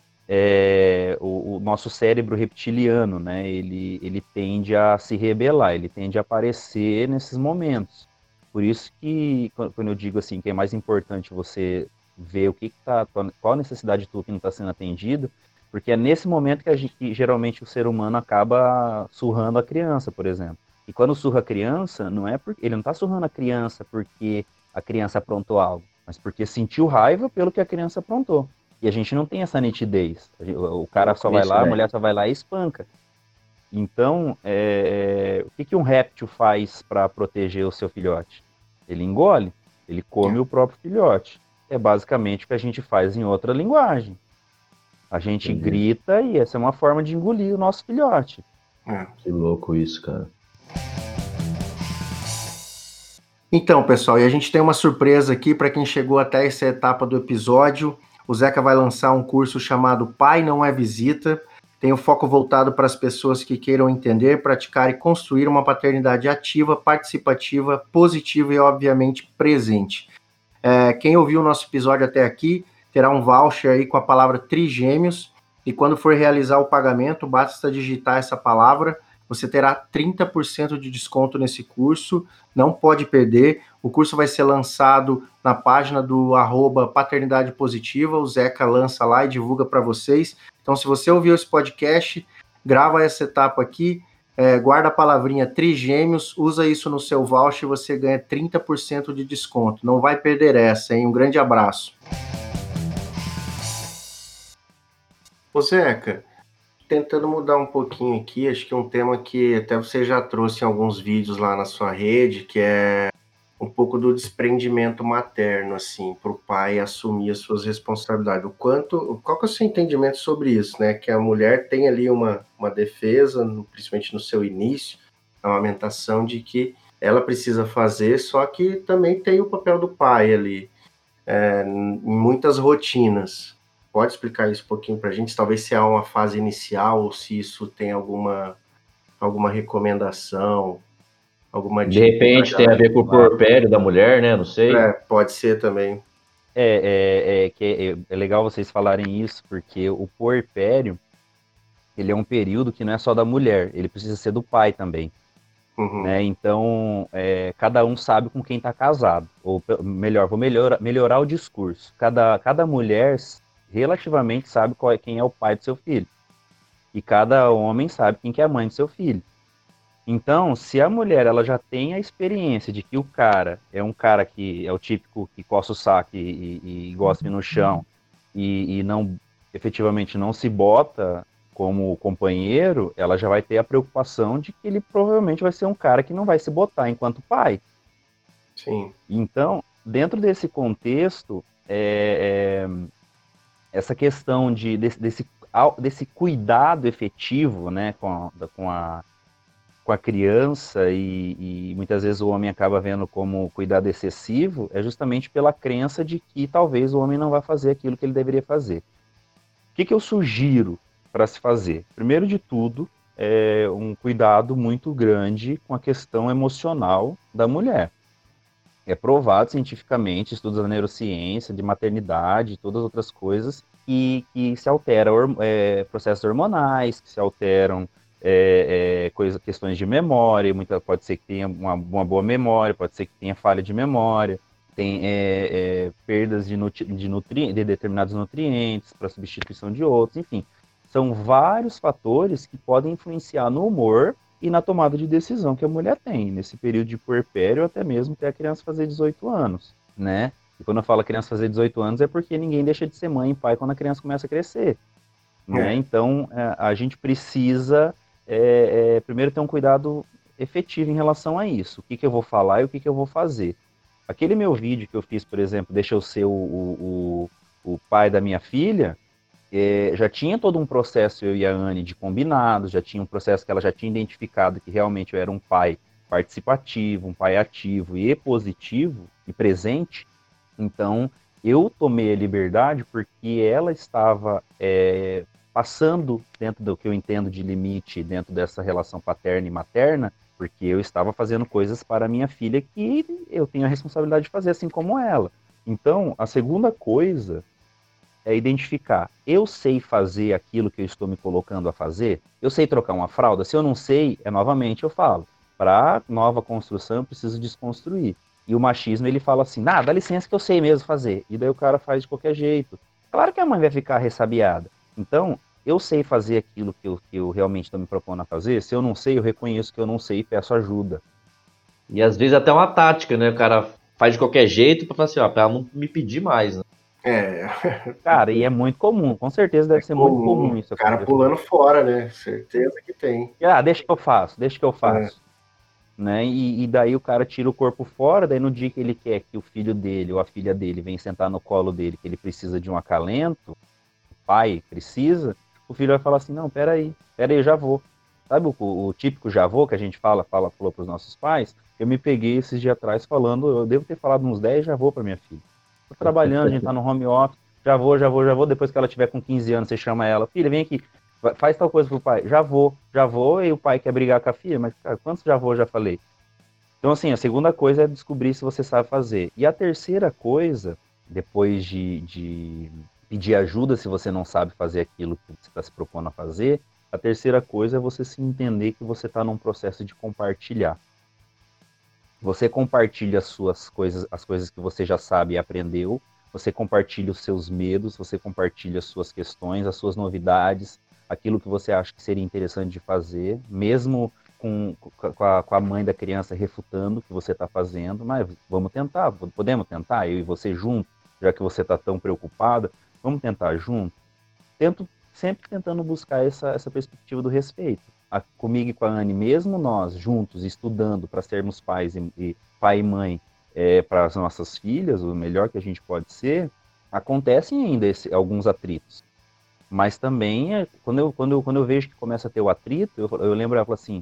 é, o, o nosso cérebro reptiliano, né, ele, ele tende a se rebelar, ele tende a aparecer nesses momentos. por isso que, quando eu digo assim, que é mais importante você ver o que, que tá, qual a necessidade tua que não está sendo atendida, porque é nesse momento que, a gente, que geralmente o ser humano acaba surrando a criança, por exemplo. E quando surra a criança, não é porque ele não está surrando a criança porque a criança aprontou algo, mas porque sentiu raiva pelo que a criança aprontou. E a gente não tem essa nitidez. O cara só vai lá, a mulher só vai lá e espanca. Então, é, o que, que um réptil faz para proteger o seu filhote? Ele engole, ele come é. o próprio filhote. É basicamente o que a gente faz em outra linguagem. A gente Entendi. grita e essa é uma forma de engolir o nosso filhote. É. Que louco isso, cara. Então, pessoal, e a gente tem uma surpresa aqui para quem chegou até essa etapa do episódio. O Zeca vai lançar um curso chamado Pai Não É Visita. Tem o foco voltado para as pessoas que queiram entender, praticar e construir uma paternidade ativa, participativa, positiva e, obviamente, presente. É, quem ouviu o nosso episódio até aqui terá um voucher aí com a palavra trigêmeos e quando for realizar o pagamento, basta digitar essa palavra, você terá trinta por cento de desconto nesse curso, não pode perder. O curso vai ser lançado na página do arroba Paternidade Positiva, o Zeca lança lá e divulga para vocês. Então, se você ouviu esse podcast, grava essa etapa aqui, é, guarda a palavrinha trigêmeos, usa isso no seu voucher e você ganha trinta por cento de desconto. Não vai perder essa, hein? Um grande abraço. Ô Zeca, tentando mudar um pouquinho aqui, acho que é um tema que até você já trouxe em alguns vídeos lá na sua rede, que é um pouco do desprendimento materno, assim, para o pai assumir as suas responsabilidades. O quanto, qual que é o seu entendimento sobre isso, né? Que a mulher tem ali uma, uma defesa, principalmente no seu início, a amamentação de que ela precisa fazer, só que também tem o papel do pai ali, é, em muitas rotinas. Pode explicar isso um pouquinho para a gente? Talvez se há uma fase inicial ou se isso tem alguma, alguma recomendação, alguma dica. De repente tem a ver com o puerpério da mulher, né? Não sei. É, pode ser também. É, é, é, que é, é legal vocês falarem isso, porque o puerpério, ele é um período que não é só da mulher, ele precisa ser do pai também. Uhum. Né? Então, é, cada um sabe com quem está casado. Ou melhor, vou melhorar, melhorar o discurso. Cada, cada mulher relativamente sabe qual é, quem é o pai do seu filho. E cada homem sabe quem que é a mãe do seu filho. Então, se a mulher ela já tem a experiência de que o cara é um cara que é o típico que coça o saco e, e, e gosta no chão e, e não, efetivamente não se bota como companheiro, ela já vai ter a preocupação de que ele provavelmente vai ser um cara que não vai se botar enquanto pai. Sim. Então, dentro desse contexto, é, é, essa questão de, desse, desse, desse cuidado efetivo, né, com a, com a, com a criança e, e muitas vezes o homem acaba vendo como cuidado excessivo, é justamente pela crença de que talvez o homem não vai fazer aquilo que ele deveria fazer. O que, que eu sugiro para se fazer? Primeiro de tudo, é um cuidado muito grande com a questão emocional da mulher. É provado cientificamente, estudos da neurociência, de maternidade e todas as outras coisas, que, que se alteram é, processos hormonais, que se alteram é, é, coisa, questões de memória, muita, pode ser que tenha uma, uma boa memória, pode ser que tenha falha de memória, tem é, é, perdas de, nutri, de, nutri, de determinados nutrientes para substituição de outros, enfim. São vários fatores que podem influenciar no humor e na tomada de decisão que a mulher tem nesse período de puerpério, até mesmo até a criança fazer dezoito anos, né? E quando eu falo criança fazer dezoito anos é porque ninguém deixa de ser mãe e pai quando a criança começa a crescer, né? É. Então, a gente precisa, é, é, primeiro, ter um cuidado efetivo em relação a isso. O que, que eu vou falar e o que, que eu vou fazer. Aquele meu vídeo que eu fiz, por exemplo, deixa eu ser o, o, o, o pai da minha filha, É, já tinha todo um processo, eu e a Anne, de combinados, já tinha um processo que ela já tinha identificado que realmente eu era um pai participativo, um pai ativo e positivo e presente. Então, eu tomei a liberdade porque ela estava é, passando dentro do que eu entendo de limite, dentro dessa relação paterna e materna, porque eu estava fazendo coisas para a minha filha que eu tenho a responsabilidade de fazer, assim como ela. Então, a segunda coisa é identificar, eu sei fazer aquilo que eu estou me colocando a fazer? Eu sei trocar uma fralda? Se eu não sei, é novamente eu falo, para nova construção eu preciso desconstruir. E o machismo, ele fala assim, ah, dá licença que eu sei mesmo fazer. E daí o cara faz de qualquer jeito. Claro que a mãe vai ficar ressabiada. Então, eu sei fazer aquilo que eu, que eu realmente estou me propondo a fazer. Se eu não sei, eu reconheço que eu não sei e peço ajuda. E às vezes até uma tática, né? O cara faz de qualquer jeito pra falar assim, ó, pra ela não me pedir mais, né? É. Cara, e é muito comum. Com certeza deve É ser comum, muito comum isso o cara acontecer. pulando fora, né? Certeza que tem. Ah, deixa que eu faço, deixa que eu faço. É. Né? E, e daí o cara tira o corpo fora, daí no dia que ele quer que o filho dele ou a filha dele venha sentar no colo dele, que ele precisa de um acalento, o pai precisa, o filho vai falar assim, não, peraí, peraí, eu já vou. Sabe o, o típico já vou que a gente fala, fala, falou para os nossos pais? Eu me peguei esses dias atrás falando, eu devo ter falado uns dez já vou para minha filha. Tô trabalhando, a gente tá no home office, já vou, já vou, já vou, depois que ela tiver com quinze anos, você chama ela, filha, vem aqui, faz tal coisa pro pai, já vou, já vou, e o pai quer brigar com a filha, mas cara, quantos já vou, já falei? Então assim, a segunda coisa é descobrir se você sabe fazer. E a terceira coisa, depois de, de pedir ajuda se você não sabe fazer aquilo que você está se propondo a fazer, a terceira coisa é você se entender que você está num processo de compartilhar. Você compartilha as suas coisas, as coisas que você já sabe e aprendeu, você compartilha os seus medos, você compartilha as suas questões, as suas novidades, aquilo que você acha que seria interessante de fazer, mesmo com, com, a, com a mãe da criança refutando o que você está fazendo, mas vamos tentar, podemos tentar, eu e você junto, já que você está tão preocupada, vamos tentar junto? Tento, sempre tentando buscar essa, essa perspectiva do respeito. A, comigo e com a Anne, mesmo nós juntos, estudando para sermos pais e, e pai e mãe é, para as nossas filhas, o melhor que a gente pode ser, acontecem ainda esse, alguns atritos. Mas também, é, quando, eu, quando, eu, quando eu vejo que começa a ter o atrito, eu, eu lembro ela fala assim,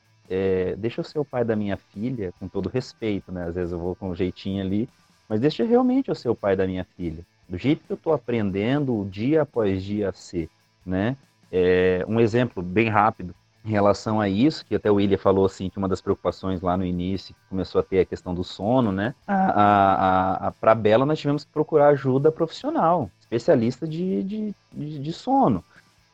é, deixa eu ser o pai da minha filha, com todo respeito, né? Às vezes eu vou com um jeitinho ali, mas deixa realmente eu ser o pai da minha filha. Do jeito que eu estou aprendendo, dia após dia a ser, né? É, um exemplo bem rápido, em relação a isso, que até o William falou assim, que uma das preocupações lá no início, começou a ter a questão do sono, né? A, a, a, para a Bela nós tivemos que procurar ajuda profissional, especialista de, de, de, de sono.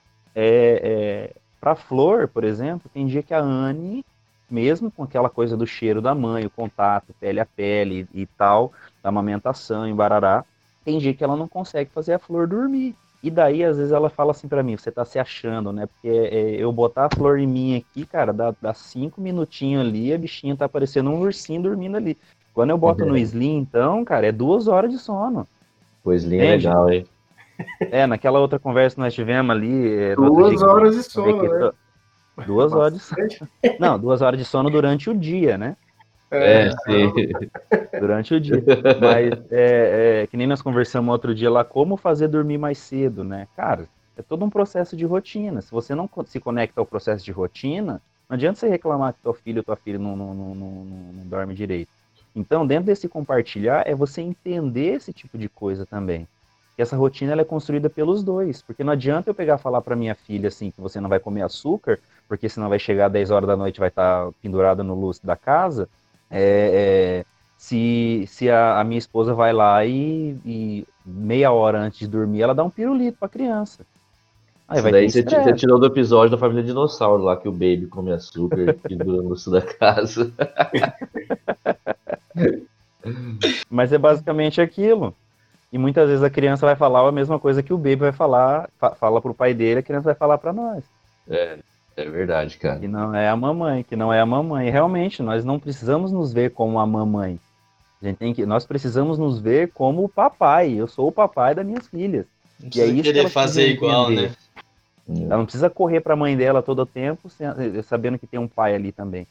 É, é, para a Flor, por exemplo, tem dia que a Anne, mesmo com aquela coisa do cheiro da mãe, o contato pele a pele e, e tal, da amamentação em barará, tem dia que ela não consegue fazer a Flor dormir. E daí, às vezes, ela fala assim pra mim, você tá se achando, né? Porque é, eu botar a Flor em mim aqui, cara, dá, dá cinco minutinhos ali, a bichinha tá parecendo um ursinho dormindo ali. Quando eu boto uhum. no Slim, então, cara, é duas horas de sono. O Slim é legal, hein? É, naquela outra conversa que nós tivemos ali... É, duas horas de sono, né? Tô... Duas horas de sono. Não, duas horas de sono durante o dia, né? É, é sim. Durante o dia. Mas é, é, que nem nós conversamos outro dia lá, como fazer dormir mais cedo, né? Cara, é todo um processo de rotina. Se você não se conecta ao processo de rotina, não adianta você reclamar que teu filho ou tua filha não, não, não, não, não dorme direito. Então, dentro desse compartilhar, é você entender esse tipo de coisa também. Que essa rotina ela é construída pelos dois. Porque não adianta eu pegar e falar pra minha filha assim, que você não vai comer açúcar, porque senão vai chegar às dez horas da noite e vai estar pendurada no lustre da casa. É, é, se, se a, a minha esposa vai lá e, e meia hora antes de dormir, ela dá um pirulito pra criança. Aí Isso vai daí ter você, estresse. você tirou do episódio da família dinossauro lá, que o Baby come açúcar e dura no sul da casa. Mas é basicamente aquilo. E muitas vezes a criança vai falar a mesma coisa que o Baby vai falar, fa- fala pro pai dele, a criança vai falar pra nós. É, é verdade, cara. Que não é a mamãe, que não é a mamãe. E realmente, nós não precisamos nos ver como a mamãe. A gente tem que, nós precisamos nos ver como o papai. Eu sou o papai das minhas filhas. Não E é precisa isso querer que elas fazer precisam igual, entender. né? Ela não precisa correr para a mãe dela todo o tempo, sabendo que tem um pai ali também.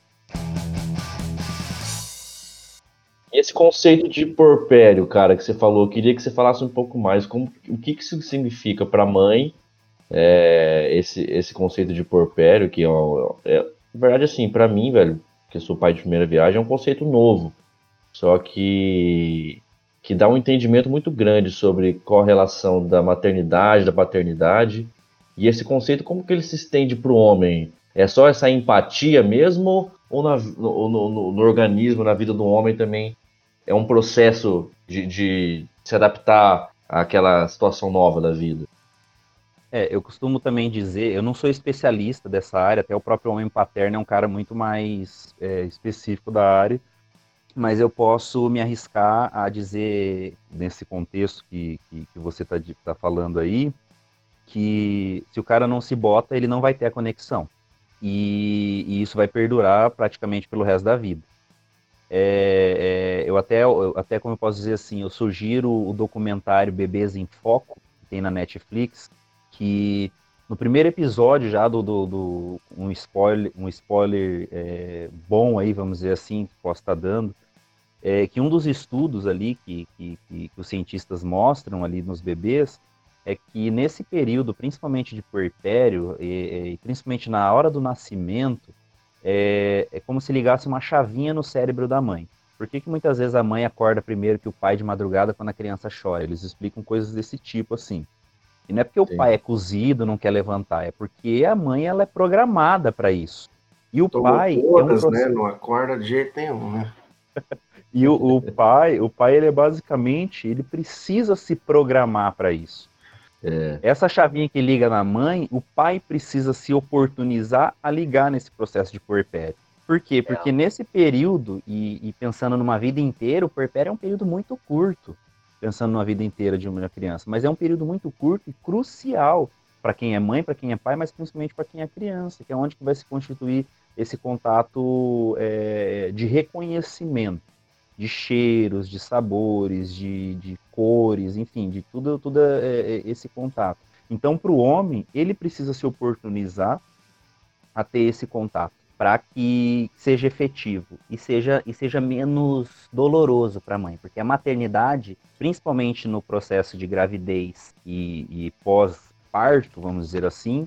E esse conceito de porpério, cara, que você falou, eu queria que você falasse um pouco mais. Como, o que, que isso significa para a mãe, é, esse, esse conceito de porpério, que é, é na verdade, assim, para mim, velho, que eu sou pai de primeira viagem, é um conceito novo. Só que, que dá um entendimento muito grande sobre qual a relação da maternidade, da paternidade. E esse conceito, como que ele se estende para o homem? É só essa empatia mesmo? Ou na, no, no, no, no organismo, na vida do homem também é um processo de, de se adaptar àquela situação nova da vida? É, eu costumo também dizer, eu não sou especialista dessa área, até o próprio homem paterno é um cara muito mais é, específico da área, mas eu posso me arriscar a dizer, nesse contexto que, que, que você está tá falando aí, que se o cara não se bota, ele não vai ter a conexão. E, e isso vai perdurar praticamente pelo resto da vida. É, é, eu, até, eu até, como eu posso dizer assim, eu sugiro o documentário Bebês em Foco, que tem na Netflix, que no primeiro episódio já do, do, do um spoiler, um spoiler é, bom aí, vamos dizer assim, que posso estar dando, é que um dos estudos ali que, que, que, que os cientistas mostram ali nos bebês é que nesse período, principalmente de puerpério, e, e principalmente na hora do nascimento, é, é como se ligasse uma chavinha no cérebro da mãe. Por que, que muitas vezes a mãe acorda primeiro que o pai de madrugada quando a criança chora? Eles explicam coisas desse tipo assim. E não é porque o Sim. pai é cozido, não quer levantar, é porque a mãe ela é programada para isso. E o Tomou pai todas, é um né? processo. Não acorda de jeito nenhum, né? E o, o pai, o pai ele é basicamente, ele precisa se programar para isso. É, Essa chavinha que liga na mãe, o pai precisa se oportunizar a ligar nesse processo de puerpério. Por quê? Porque nesse período, e, e pensando numa vida inteira, o puerpério é um período muito curto, pensando numa vida inteira de uma criança, mas é um período muito curto e crucial para quem é mãe, para quem é pai, mas principalmente para quem é criança, que é onde que vai se constituir esse contato é, de reconhecimento, de cheiros, de sabores, de, de cores, enfim, de tudo, tudo é, é, esse contato. Então, para o homem, ele precisa se oportunizar a ter esse contato para que seja efetivo e seja, e seja menos doloroso para a mãe, porque a maternidade, principalmente no processo de gravidez e, e pós-parto, vamos dizer assim,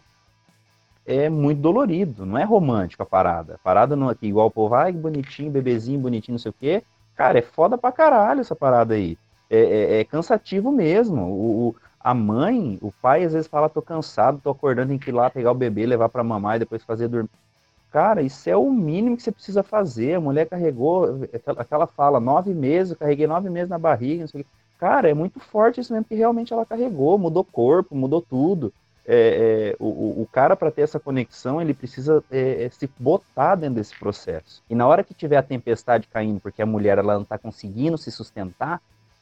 é muito dolorido, não é romântico a parada. A parada não é que igual o povo, ai, bonitinho, bebezinho, bonitinho, não sei o quê. Cara, é foda pra caralho essa parada aí. É, é, é cansativo mesmo. O, o- a mãe, o pai às vezes fala, tô cansado, tô acordando, tem que ir lá pegar o bebê, levar pra mamar e depois fazer dormir. Cara, isso é o mínimo que você precisa fazer. A mulher carregou, aquela aquela fala, nove meses, eu carreguei nove meses na barriga, não sei o quê. Cara, é muito forte isso mesmo, que realmente ela carregou, mudou corpo, mudou tudo. É, é, o, o cara, para ter essa conexão, ele precisa é, é, se botar dentro desse processo. E na hora que tiver a tempestade caindo, porque a mulher ela não está conseguindo se sustentar,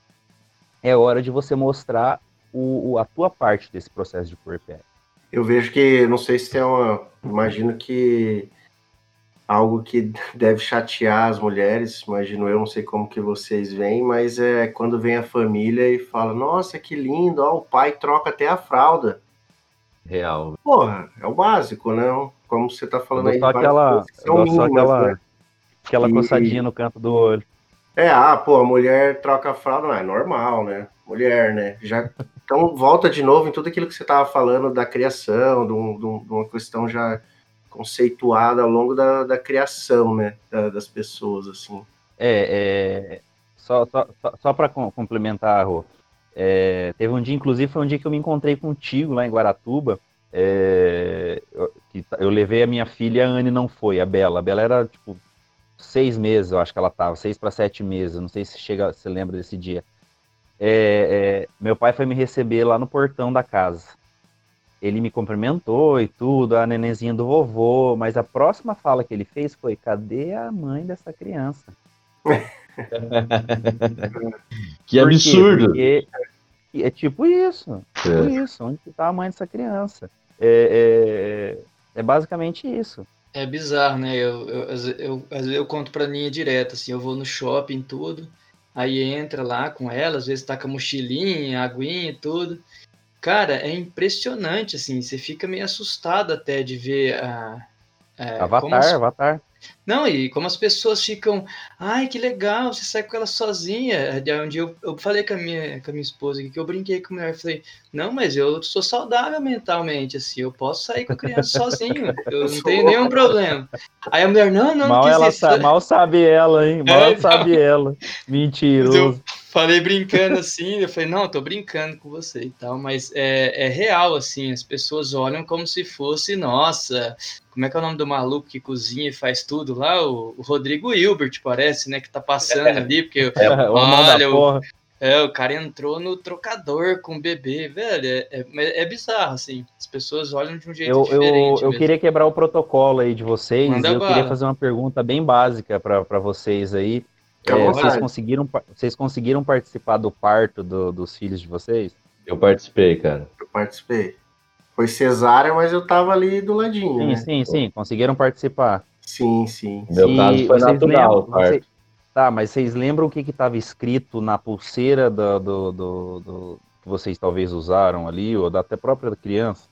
é hora de você mostrar o, o- a tua parte desse processo de puerpério. Eu vejo que, não sei se tem uma. Imagino que algo que deve chatear as mulheres, imagino eu, não sei como que vocês veem, mas é quando vem a família e fala, nossa, que lindo, ó, o pai troca até a fralda. real. Porra, é o básico, né? Como você tá Eu falando dou aí só de várias aquela, coisas que eu são dou só mínimas, né? aquela, aquela coçadinha E no canto do olho. é, ah, pô, a mulher troca a fralda, não, é normal, né? Mulher, né? Já, então volta de novo em tudo aquilo que você estava falando da criação, de, um- de um- de uma questão já conceituada ao longo da, da criação, né? Da- das pessoas, assim. É, é, só só, só, só para complementar, Rô, é, teve um dia, inclusive, foi um dia que eu me encontrei contigo lá em Guaratuba. É, eu, que t- eu levei a minha filha, a Anne não foi, a Bela. A Bela era tipo seis meses, eu acho que ela tava, seis para sete meses. Eu não sei se chega, se lembra desse dia. É, é, meu pai foi me receber lá no portão da casa. Ele me cumprimentou e tudo, a nenenzinha do vovô, mas a próxima fala que ele fez foi: cadê a mãe dessa criança? Que Por quê? absurdo! Porque é tipo isso, tipo É. isso, onde está a mãe dessa criança? É, é, é basicamente isso. É bizarro, né? Eu, eu, às ve- eu, às vezes eu conto pra linha direta, assim, eu vou no shopping, tudo, aí entra lá com ela, às vezes tá com a mochilinha, aguinha e tudo. Cara, é impressionante, assim, você fica meio assustado até de ver a, é, como Avatar, as Avatar. Não, e como as pessoas ficam, ai, que legal, você sai com ela sozinha. Daí um dia eu, eu falei com a minha, com a minha esposa aqui, que eu brinquei com a mulher, falei, não, mas eu sou saudável mentalmente, assim, eu posso sair com a criança sozinho, eu Eu não sou tenho louco. nenhum problema. Aí a mulher, não, não, não Mal, quis ela isso. sa- mal sabe ela, hein? Mal É, ela sabe ela. mas eu Mentiroso. falei brincando assim, eu falei, não, eu tô brincando com você e tal, mas é, é real, assim, as pessoas olham como se fosse, nossa, como é que é o nome do maluco que cozinha e faz tudo lá? O, o Rodrigo Hilbert, parece, né, que tá passando ali, porque, Homão da olha, o, porra. é, o cara entrou no trocador com o bebê, velho, é, é, é bizarro, assim, as pessoas olham de um jeito Eu, eu, diferente eu mesmo. queria quebrar o protocolo aí de vocês e Manda eu queria bala. fazer uma pergunta bem básica para vocês aí. Fica à É, vocês, vontade. conseguiram, pa- vocês conseguiram participar do parto do- dos filhos de vocês? Eu participei, cara. Eu participei. Foi cesárea, mas eu tava ali do ladinho, Sim, né? sim, sim, conseguiram participar. Sim, sim, No meu sim. caso E foi vocês natural lembram, o você, parto. tá, mas vocês lembram o que estava escrito na pulseira do, do, do- do- que vocês talvez usaram ali, ou da até própria criança?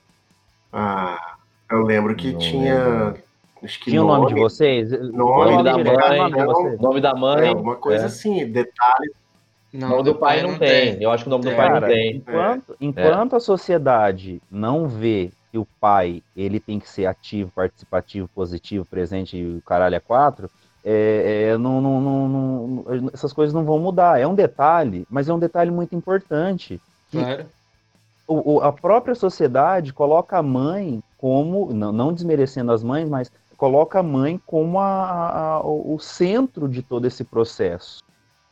Ah, eu lembro que Não lembro, tinha, não. acho que Tinha o nome de nome, vocês? Põe o nome, Nome nome da direito, põe o mãe, nome de cartão, vocês. nome da é, mãe, alguma coisa é. assim, detalhe. O Não, nome do pai não tem. tem. Eu acho que o nome do pai Tem. não Cara, tem. enquanto, É. enquanto a sociedade não vê que o pai ele tem que ser ativo, participativo, positivo, presente e o caralho é quatro, é, é, não, não, não, não- essas coisas não vão mudar. É um detalhe, mas é um detalhe muito importante. Que Claro. o, o- a própria sociedade coloca a mãe como, não, não desmerecendo as mães, mas coloca a mãe como a- a- o o centro de todo esse processo.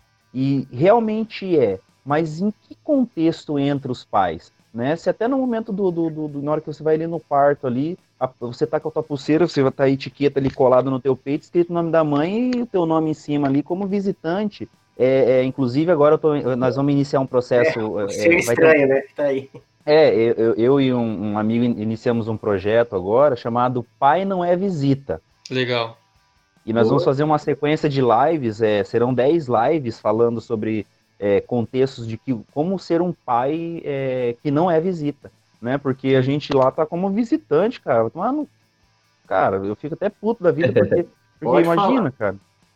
E realmente é, mas em que contexto entra os pais? Né? Se até no momento do, do, do- do- na hora que você vai ali no parto ali, a- você tá com a tua pulseira, você vai estar a etiqueta ali colada no teu peito, escrito o nome da mãe e o teu nome em cima ali como visitante. É, é, inclusive agora eu tô- nós vamos iniciar um processo. O é, ser vai ter um- estranho, né? Tá aí. é, eu, eu- eu e um, um amigo in- iniciamos um projeto agora chamado Pai Não é Visita. Legal. E nós vamos Boa. fazer uma sequência de lives, é, serão dez lives falando sobre é, contextos de que, como ser um pai é, que não é visita, né? Porque a gente lá tá como visitante, cara. Mano, cara, eu fico até puto da vida, porque, porque Pode imagina, cara.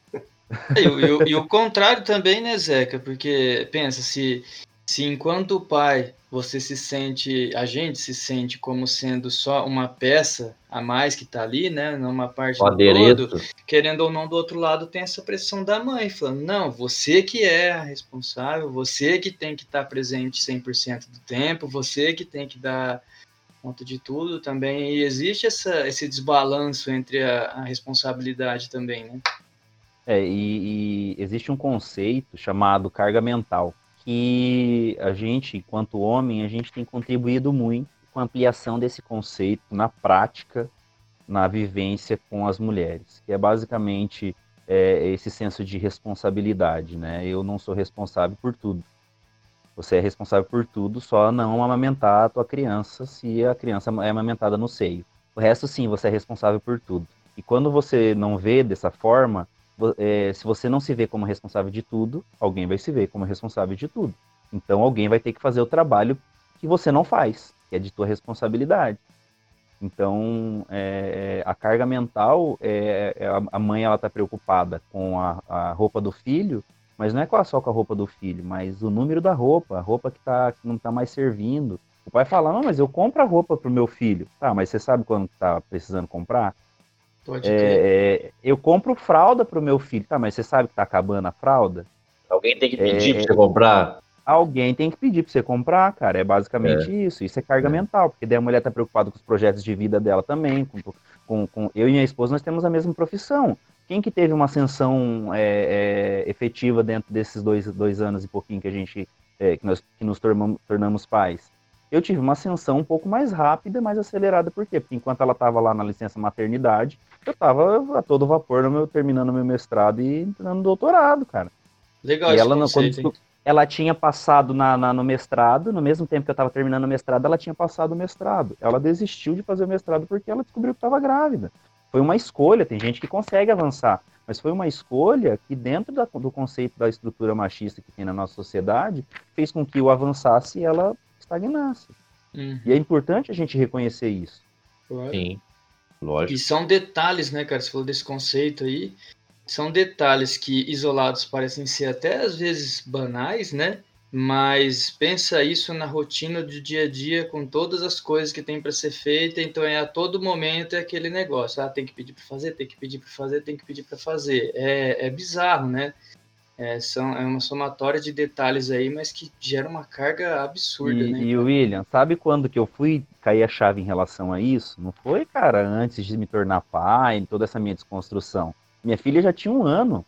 E, o- e o- e o contrário também, né, Zeca? Porque, pensa, se, se enquanto pai você se sente, a gente se sente como sendo só uma peça a mais que tá ali, né, não uma parte O do todo, adereço. querendo ou não, do outro lado tem essa pressão da mãe, falando, não, você que é a responsável, você que tem que estar presente cem por cento do tempo, você que tem que dar conta de tudo também, e existe essa, esse desbalanço entre a, a responsabilidade também, né? É, e, e existe um conceito chamado carga mental, que a gente, enquanto homem, a gente tem contribuído muito com a ampliação desse conceito na prática, na vivência com as mulheres, que é basicamente é, esse senso de responsabilidade, né? Eu não sou responsável por tudo. Você é responsável por tudo, só não amamentar a tua criança se a criança é amamentada no seio. O resto, sim, você é responsável por tudo. E quando você não vê dessa forma, vo- é, se você não se vê como responsável de tudo, alguém vai se ver como responsável de tudo. Então alguém vai ter que fazer o trabalho que você não faz, que é de tua responsabilidade. Então, é, a carga mental, é, é, a- a mãe ela está preocupada com a, a roupa do filho, mas não é com a- só com a roupa do filho, mas o número da roupa, a roupa que, tá, que não está mais servindo. O pai fala, não, mas eu compro a roupa para o meu filho. Tá, mas você sabe quando está precisando comprar? Pode crer. É, é, eu compro fralda para o meu filho. Tá, mas você sabe que está acabando a fralda? Alguém tem que pedir É, pra você comprar? Alguém tem que pedir para você comprar, cara. É basicamente isso. Isso é carga É. mental, porque daí a mulher tá preocupada com os projetos de vida dela também. Com, com, com... Eu e minha esposa, nós temos a mesma profissão. Quem que teve uma ascensão é, é, efetiva dentro desses dois, dois anos e pouquinho que a gente é, que nós que nos tornamos, tornamos pais? Eu tive uma ascensão um pouco mais rápida, mais acelerada. Por quê? Porque enquanto ela estava lá na licença maternidade, eu estava a todo vapor no meu, terminando meu mestrado e entrando no doutorado, cara. Legal E esse ela, não- quando conceito, hein? desco- ela tinha passado na, na- no mestrado, no mesmo tempo que eu estava terminando o mestrado, ela tinha passado o mestrado. Ela desistiu de fazer o mestrado porque ela descobriu que estava grávida. Foi uma escolha, tem gente que consegue avançar, mas foi uma escolha que, dentro da- do conceito da estrutura machista que tem na nossa sociedade, fez com que o avançasse e ela estagnasse. Uhum, E é importante a gente reconhecer isso. claro. Sim, lógico. E são detalhes, né, cara? Você falou desse conceito aí. São detalhes que isolados parecem ser até às vezes banais, né? Mas pensa isso na rotina do dia a dia, com todas as coisas que tem para ser feita. Então é a todo momento é aquele negócio. Ah, tem que pedir para fazer, tem que pedir para fazer, tem que pedir para fazer. É, é bizarro, né? É, são, é uma somatória de detalhes aí, mas que gera uma carga absurda, E, né? e William, sabe quando que eu fui cair a chave em relação a isso? Não foi, cara, antes de me tornar pai, toda essa minha desconstrução. Minha filha já tinha um ano.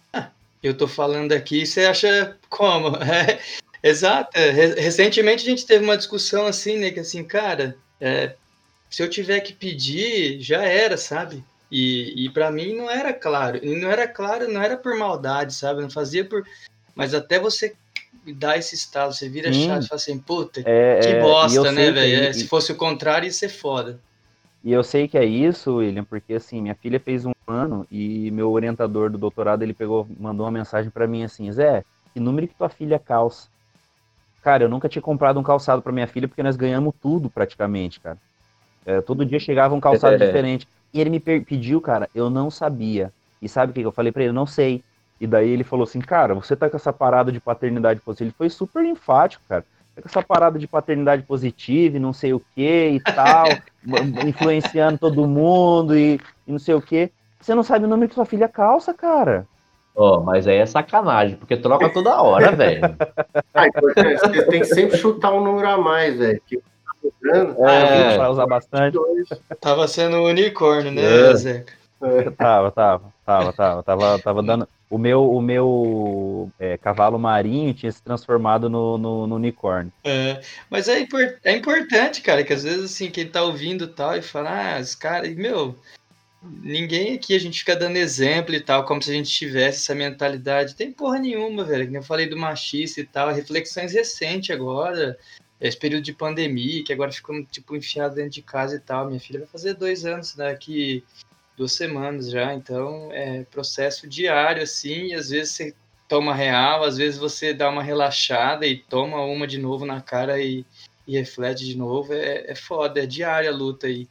Eu tô falando aqui, você acha como? É, exato. é, re- Recentemente a gente teve uma discussão assim, né? Que assim, cara, é, se eu tiver que pedir, já era, sabe? E, e para mim não era claro. E não era claro, não era por maldade, sabe? Não fazia por... Mas até você dar esse estalo, você vira Sim. chato e fala assim, puta, É, que é, e eu bosta, né, sei que velho? aí- É, se e- fosse o contrário, ia ser foda. E eu sei que é isso, William, porque assim, minha filha fez um ano e meu orientador do doutorado, ele pegou, mandou uma mensagem pra mim assim, Zé, que número que tua filha calça? Cara, eu nunca tinha comprado um calçado pra minha filha porque nós ganhamos tudo praticamente, cara. É, todo dia chegava um calçado É. diferente. E ele me per- pediu, cara, eu não sabia. E sabe o que eu falei pra ele? Eu não sei. E daí ele falou assim, cara, você tá com essa parada de paternidade positiva. Ele foi super enfático, cara. Tá com essa parada de paternidade positiva e não sei o que e tal, influenciando todo mundo e, e não sei o que. Você não sabe o número que sua filha calça, cara. Ó, mas aí é sacanagem, porque troca toda hora, velho. Ah, importante, você tem que sempre chutar um número a mais, velho. Que tá cobrando. Ah, É. Pra usar bastante. dois. Tava sendo um unicórnio, né, É. Zeca? Tava, tava, tava, tava, tava, tava dando. O meu, o meu é, cavalo marinho tinha se transformado no, no, no unicórnio. É, mas é, impor- é importante, cara, que às vezes, assim, quem tá ouvindo tal e fala, ah, os caras, meu, ninguém aqui, a gente fica dando exemplo e tal, como se a gente tivesse essa mentalidade. Tem porra nenhuma, velho. Eu falei do machista e tal, reflexões recentes agora, esse período de pandemia, que agora ficamos, tipo, enfiados dentro de casa e tal. Minha filha vai fazer dois anos daqui duas semanas já, então é processo diário, assim, e às vezes você toma real, às vezes você dá uma relaxada e toma uma de novo na cara e, e reflete de novo. É, é foda, é diária a luta aí.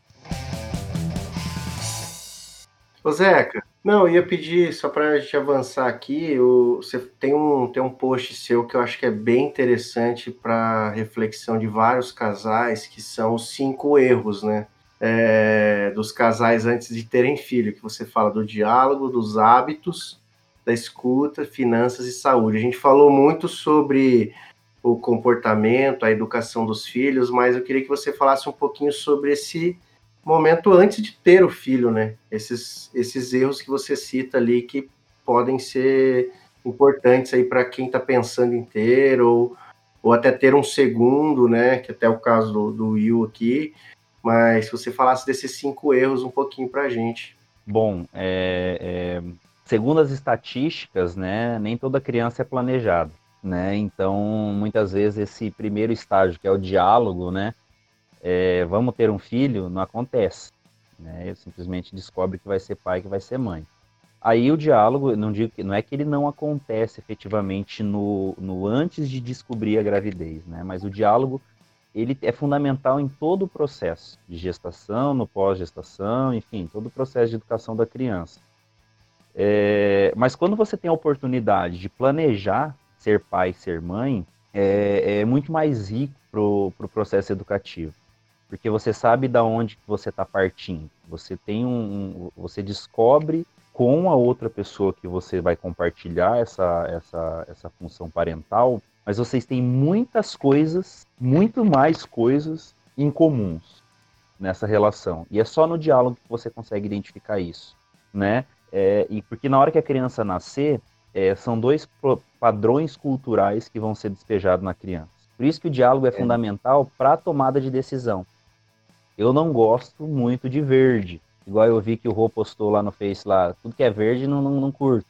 Ô Zeca, não, eu ia pedir, só para a gente avançar aqui, o, você tem um, tem um post seu que eu acho que é bem interessante para reflexão de vários casais, que são os cinco erros, né? É, dos casais antes de terem filho, que você fala do diálogo, dos hábitos, da escuta, finanças e saúde. A gente falou muito sobre o comportamento, a educação dos filhos, mas eu queria que você falasse um pouquinho sobre esse momento antes de ter o filho, né? Esses, esses erros que você cita ali que podem ser importantes aí para quem está pensando em ter ou, ou até ter um segundo, né? Que até é o caso do, do Will aqui. Mas se você falasse desses cinco erros um pouquinho para a gente. Bom, é, é, segundo as estatísticas, né, nem toda criança é planejada, né? Então, muitas vezes esse primeiro estágio, que é o diálogo, né, é, vamos ter um filho, não acontece, né? Eu simplesmente descobre que vai ser pai, que vai ser mãe. Aí o diálogo, não digo que não é que ele não acontece efetivamente no, no antes de descobrir a gravidez, né? Mas o diálogo ele é fundamental em todo o processo de gestação, no pós-gestação, enfim, todo o processo de educação da criança. É, mas quando você tem a oportunidade de planejar ser pai, ser mãe, é, é muito mais rico para o pro processo educativo, porque você sabe da onde você está partindo. Você tem um, um, você descobre com a outra pessoa que você vai compartilhar essa, essa, essa função parental, mas vocês têm muitas coisas, muito mais coisas em comuns nessa relação. E é só no diálogo que você consegue identificar isso, né? É, e porque na hora que a criança nascer, é, são dois padrões culturais que vão ser despejados na criança. Por isso que o diálogo é, é. fundamental para a tomada de decisão. Eu não gosto muito de verde. Igual eu vi que o Rô postou lá no Face, lá, tudo que é verde não, não, não curto.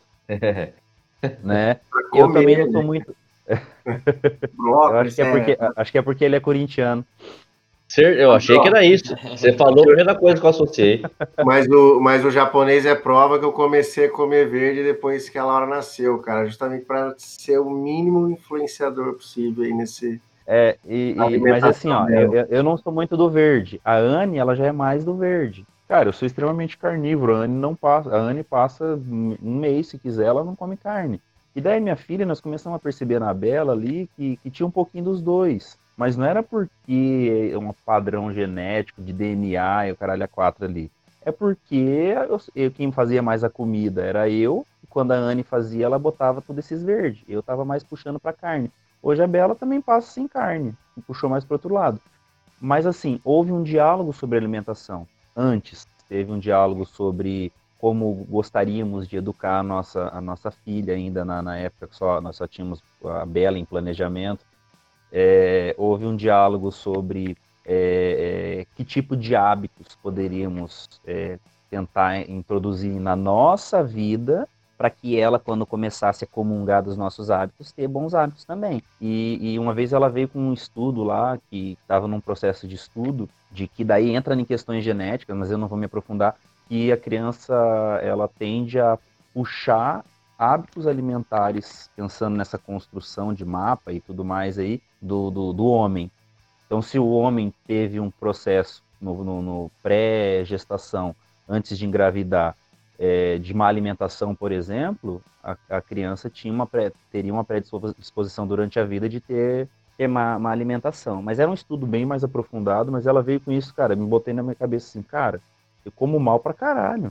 Né? Comer, eu também não sou né? muito... Brócolis, eu acho que, é porque, é. acho que é porque ele é corintiano. Eu achei que era isso. Você falou a primeira coisa que eu associei. Mas o, mas o japonês é prova que eu comecei a comer verde depois que a Laura nasceu, cara. Justamente para ser o mínimo influenciador possível aí nesse... É, e, e, mas assim, ó, eu, eu não sou muito do verde. A Anne, ela já é mais do verde. Cara, eu sou extremamente carnívoro. A Anne não passa. A Anne passa um mês, se quiser, ela não come carne. E daí, minha filha, nós começamos a perceber na Bela ali que, que tinha um pouquinho dos dois. Mas não era porque é um padrão genético de D N A e o caralho a quatro ali. É porque eu, eu, quem fazia mais a comida era eu. E quando a Anne fazia, ela botava todos esses verdes. Eu tava mais puxando pra carne. Hoje a Bela também passa sem carne. E puxou mais pro outro lado. Mas assim, houve um diálogo sobre alimentação. Antes, teve um diálogo sobre como gostaríamos de educar a nossa, a nossa filha ainda na, na época que só, nós só tínhamos a Bela em planejamento. É, houve um diálogo sobre é, é, que tipo de hábitos poderíamos é, tentar introduzir na nossa vida para que ela, quando começasse a comungar dos nossos hábitos, ter bons hábitos também. E, e uma vez ela veio com um estudo lá, que estava num processo de estudo, de que daí entra em questões genéticas, mas eu não vou me aprofundar, que a criança ela tende a puxar hábitos alimentares, pensando nessa construção de mapa e tudo mais aí, do, do, do homem. Então, se o homem teve um processo no, no, no pré-gestação, antes de engravidar, é, de má alimentação, por exemplo, a, a criança tinha uma pré, teria uma predisposição durante a vida de ter, ter má, má alimentação. Mas era um estudo bem mais aprofundado, mas ela veio com isso, cara, me botei na minha cabeça assim, cara, eu como mal pra caralho.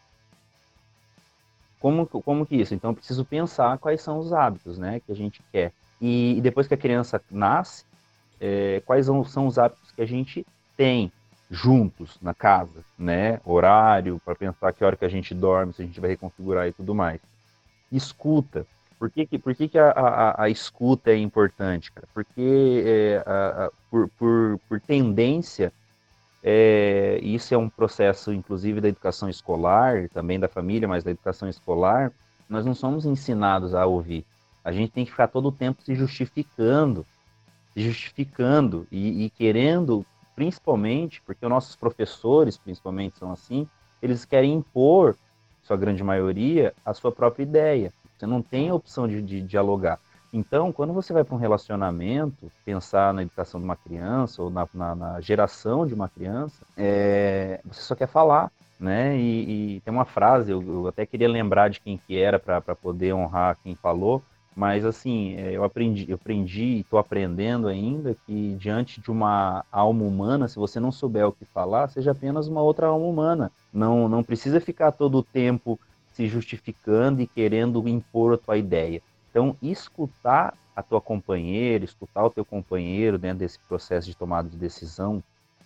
Como, como que isso? Então eu preciso pensar quais são os hábitos, né, que a gente quer. E, e depois que a criança nasce, é, quais são, são os hábitos que a gente tem juntos na casa, né? Horário, para pensar que hora que a gente dorme, se a gente vai reconfigurar e tudo mais. Escuta. Por que, que, por que, que a, a, a escuta é importante, cara? Porque é, a, a, por, por, por tendência, é, isso é um processo, inclusive, da educação escolar, também da família, mas da educação escolar, nós não somos ensinados a ouvir. A gente tem que ficar todo o tempo se justificando, se justificando e, e querendo, principalmente, porque os nossos professores, principalmente, são assim, eles querem impor, sua grande maioria, a sua própria ideia. Você não tem a opção de, de dialogar. Então, quando você vai para um relacionamento, pensar na educação de uma criança ou na, na, na geração de uma criança, é, você só quer falar, né? E, e tem uma frase, eu, eu até queria lembrar de quem que era para poder honrar quem falou, mas assim, eu aprendi, eu aprendi e estou aprendendo ainda que diante de uma alma humana, se você não souber o que falar, seja apenas uma outra alma humana. Não, não precisa ficar todo o tempo se justificando e querendo impor a tua ideia. Então, escutar a tua companheira, escutar o teu companheiro dentro desse processo de tomada de decisão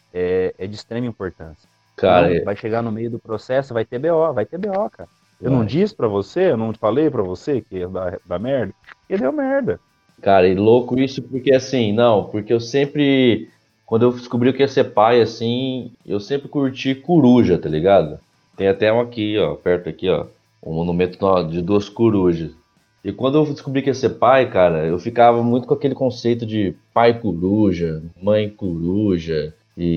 é, é de extrema importância. Cara, Não, é- vai chegar no meio do processo, vai ter B O, vai ter B O, cara. Eu não vai. disse pra você, eu não falei pra você que ia dar, dar merda, e deu merda. Cara, e louco isso porque assim, não, porque eu sempre, quando eu descobri que ia ser pai, assim, eu sempre curti coruja, tá ligado? Tem até um aqui, ó, perto aqui, ó, um monumento no- de duas corujas. E quando eu descobri que ia ser pai, cara, eu ficava muito com aquele conceito de pai coruja, mãe coruja,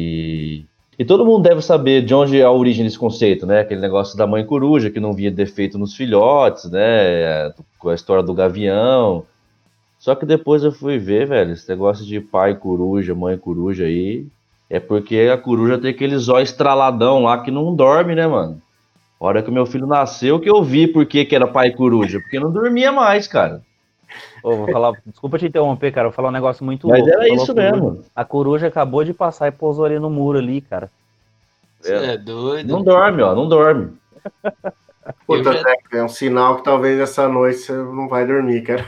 e. E todo mundo deve saber de onde é a origem desse conceito, né? Aquele negócio da mãe coruja que não via defeito nos filhotes, né? Com a história do gavião. Só que depois eu fui ver, velho, esse negócio de pai coruja, mãe coruja aí, é porque a coruja tem aquele zóio estraladão lá que não dorme, né, mano? A hora que o meu filho nasceu, que eu vi por que que era pai coruja, porque não dormia mais, cara. Ô, vou falar, desculpa te interromper, cara, vou falar um negócio muito Mas louco. era Você falou isso a coruja, mesmo. a coruja acabou de passar e pousou ali no muro ali, cara. Você é Não doido? dorme, ó, não dorme. Eu Puta, já- Zeca, é um sinal que talvez essa noite você não vai dormir, cara.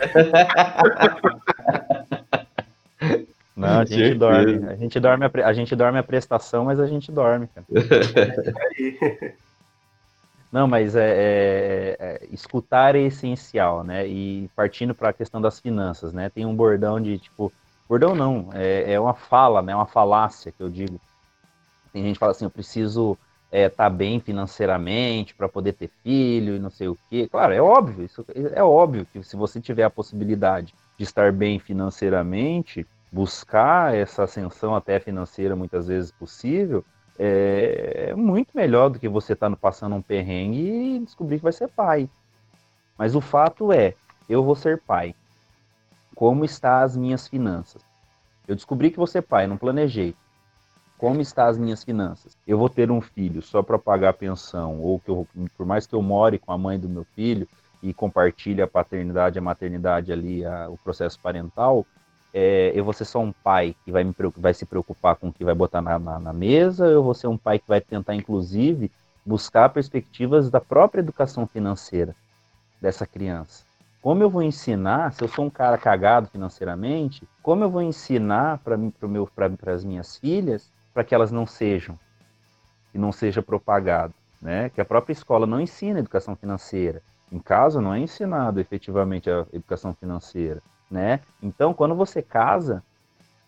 Não, a gente Certeza. dorme. A gente dorme a, pre- a gente dorme a prestação, mas a gente dorme, cara. Aí. Não, mas é, é- é- escutar é essencial, né? E partindo para a questão das finanças, né? Tem um bordão de tipo, bordão não, é, é uma fala, né? Uma falácia que eu digo. Tem gente que fala assim, eu preciso estar bem financeiramente para poder ter filho e não sei o quê. Claro, é óbvio, isso é óbvio que se você tiver a possibilidade de estar bem financeiramente, buscar essa ascensão até financeira muitas vezes possível, é, é muito melhor do que você estar passando um perrengue e descobrir que vai ser pai. Mas o fato é, eu vou ser pai. Como estão as minhas finanças? Eu descobri que vou ser pai, não planejei. Como estão as minhas finanças? Eu vou ter um filho só para pagar a pensão, ou que eu, por mais que eu more com a mãe do meu filho e compartilhe a paternidade, a maternidade ali, a, o processo parental, é, eu vou ser só um pai que vai, me, vai se preocupar com o que vai botar na, na, na mesa, eu vou ser um pai que vai tentar, inclusive, buscar perspectivas da própria educação financeira dessa criança. Como eu vou ensinar, se eu sou um cara cagado financeiramente, como eu vou ensinar para as minhas filhas para que elas não sejam, que não seja propagado, né? Que a própria escola não ensina educação financeira. Em casa não é ensinado efetivamente a educação financeira, né? Então, quando você casa,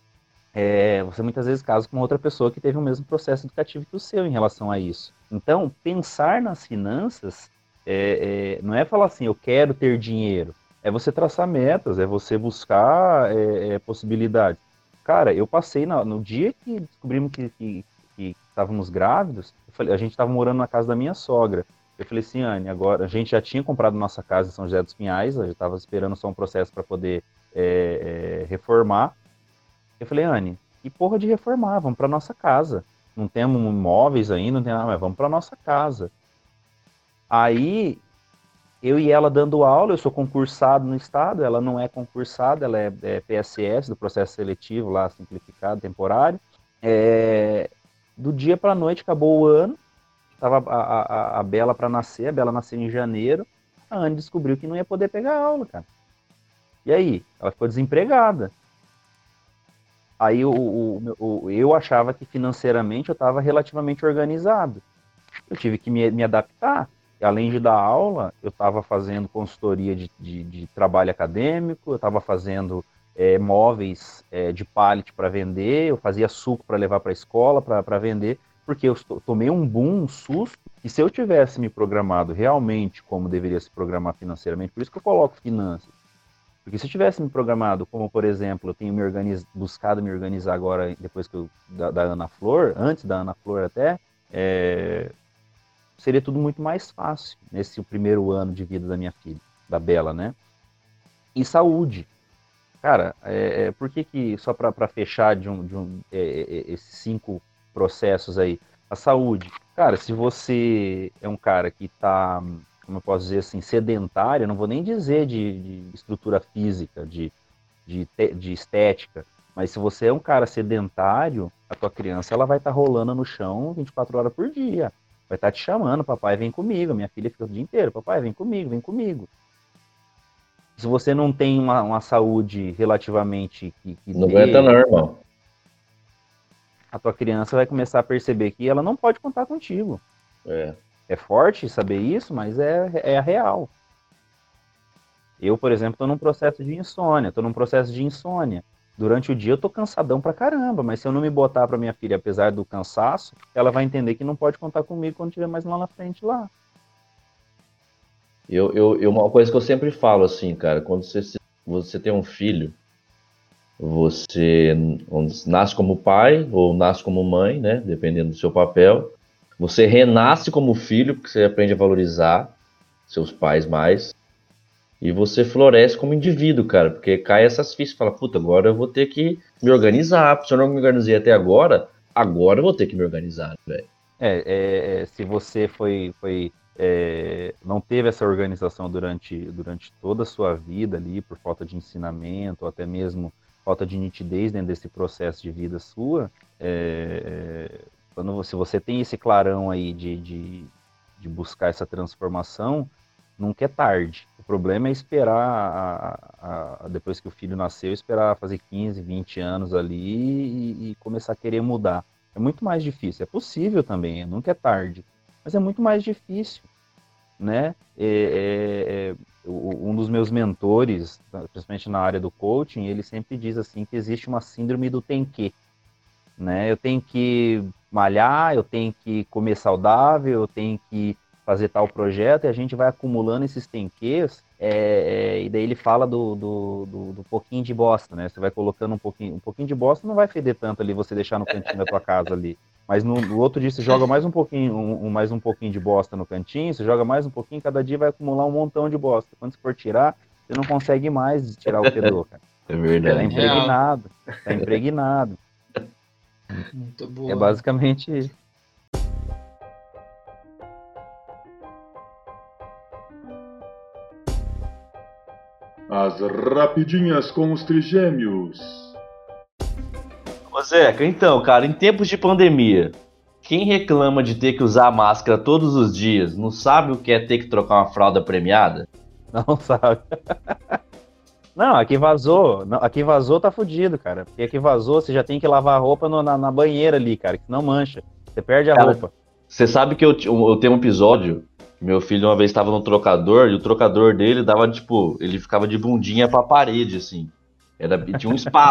é, você muitas vezes casa com uma outra pessoa que teve o mesmo processo educativo que o seu em relação a isso. Então, pensar nas finanças é, é, não é falar assim, eu quero ter dinheiro. É você traçar metas, é você buscar é, é, possibilidades. Cara, eu passei na, no dia que descobrimos que, que, que estávamos grávidos, eu falei, a gente estava morando na casa da minha sogra. Eu falei assim, Anne, agora a gente já tinha comprado nossa casa em São José dos Pinhais, eu já estava esperando só um processo para poder é, é, reformar. Eu falei, Anne, que porra de reformar? Vamos para nossa casa. Não temos imóveis ainda, não tem nada, mas vamos para nossa casa. Aí, eu e ela dando aula, eu sou concursado no estado, ela não é concursada, ela é, é P S S, do processo seletivo lá, simplificado, temporário. É, do dia para a noite, acabou o ano, tava a, a, a Bela para nascer, a Bela nasceu em janeiro, a Anne descobriu que não ia poder pegar aula, cara. E aí? Ela ficou desempregada. Aí o, o, o, eu achava que financeiramente eu estava relativamente organizado. Eu tive que me, me adaptar. E além de dar aula, eu estava fazendo consultoria de, de, de trabalho acadêmico, eu estava fazendo é, móveis é, de pallet para vender, eu fazia suco para levar para a escola para vender, porque eu tomei um boom, um susto, e se eu tivesse me programado realmente como deveria se programar financeiramente, por isso que eu coloco finanças, porque se eu tivesse me programado, como por exemplo, eu tenho me organiz... buscado me organizar agora, depois que eu, da, da Ana Flor, antes da Ana Flor até, é... seria tudo muito mais fácil nesse primeiro ano de vida da minha filha, da Bela, né? E saúde. Cara, é, é, por que que, só para fechar de um, de um, é, é, esses cinco processos aí, a saúde. Cara, se você é um cara que está, como eu posso dizer assim, sedentário, eu não vou nem dizer de, de estrutura física, de, de, de estética, mas se você é um cara sedentário, a tua criança ela vai estar tá rolando no chão vinte e quatro horas por dia. Vai estar tá te chamando, papai vem comigo, minha filha fica o dia inteiro, papai vem comigo, vem comigo. Se você não tem uma, uma saúde relativamente que, que não dê, aguenta não, irmão. A tua criança vai começar a perceber que ela não pode contar contigo. É, é forte saber isso, mas é, é a real. Eu, por exemplo, estou num processo de insônia, estou num processo de insônia. Durante o dia eu tô cansadão pra caramba, mas se eu não me botar pra minha filha, apesar do cansaço, ela vai entender que não pode contar comigo quando estiver mais lá na frente lá. Eu, eu, eu, uma coisa que eu sempre falo assim, cara, quando você, você tem um filho, você nasce como pai ou nasce como mãe, né? Dependendo do seu papel. Você renasce como filho, porque você aprende a valorizar seus pais mais. E você floresce como indivíduo, cara, porque cai essas fichas. Fala, puta, agora eu vou ter que me organizar. Se eu não me organizei até agora, agora eu vou ter que me organizar, velho. É, é, se você foi, foi é, não teve essa organização durante, durante toda a sua vida ali, por falta de ensinamento, ou até mesmo falta de nitidez dentro desse processo de vida sua, é, quando, se você tem esse clarão aí de, de, de buscar essa transformação, nunca é tarde. O problema é esperar, a, a, depois que o filho nasceu, esperar fazer quinze, vinte anos ali e, e começar a querer mudar. É muito mais difícil. É possível também, nunca é tarde, mas é muito mais difícil, né? É, é, é, um dos meus mentores, principalmente na área do coaching, ele sempre diz assim que existe uma síndrome do tem que, né? Eu tenho que malhar, eu tenho que comer saudável, eu tenho que fazer tal projeto, e a gente vai acumulando esses tenquês, é, é, e daí ele fala do, do, do, do pouquinho de bosta, né? Você vai colocando um pouquinho, um pouquinho de bosta, não vai feder tanto ali, você deixar no cantinho da tua casa ali. Mas no, no outro dia você joga mais um pouquinho, um, um, mais um pouquinho de bosta no cantinho, você joga mais um pouquinho, cada dia vai acumular um montão de bosta. Quando você for tirar, você não consegue mais tirar o fedor, cara. É verdade. Tá impregnado, tá impregnado. Muito boa. É basicamente isso. As rapidinhas com os trigêmeos. Ô Zeca, então, cara, em tempos de pandemia, quem reclama de ter que usar máscara todos os dias, não sabe o que é ter que trocar uma fralda premiada? Não sabe. Não, aqui vazou, não, aqui vazou tá fudido, cara. Porque aqui vazou, você já tem que lavar a roupa no, na, na banheira ali, cara, que senão mancha. Você perde a cara, roupa. Você sabe que eu, eu tenho um episódio, meu filho uma vez estava no trocador, e o trocador dele dava, tipo, ele ficava de bundinha pra parede, assim. Era, tinha um espaço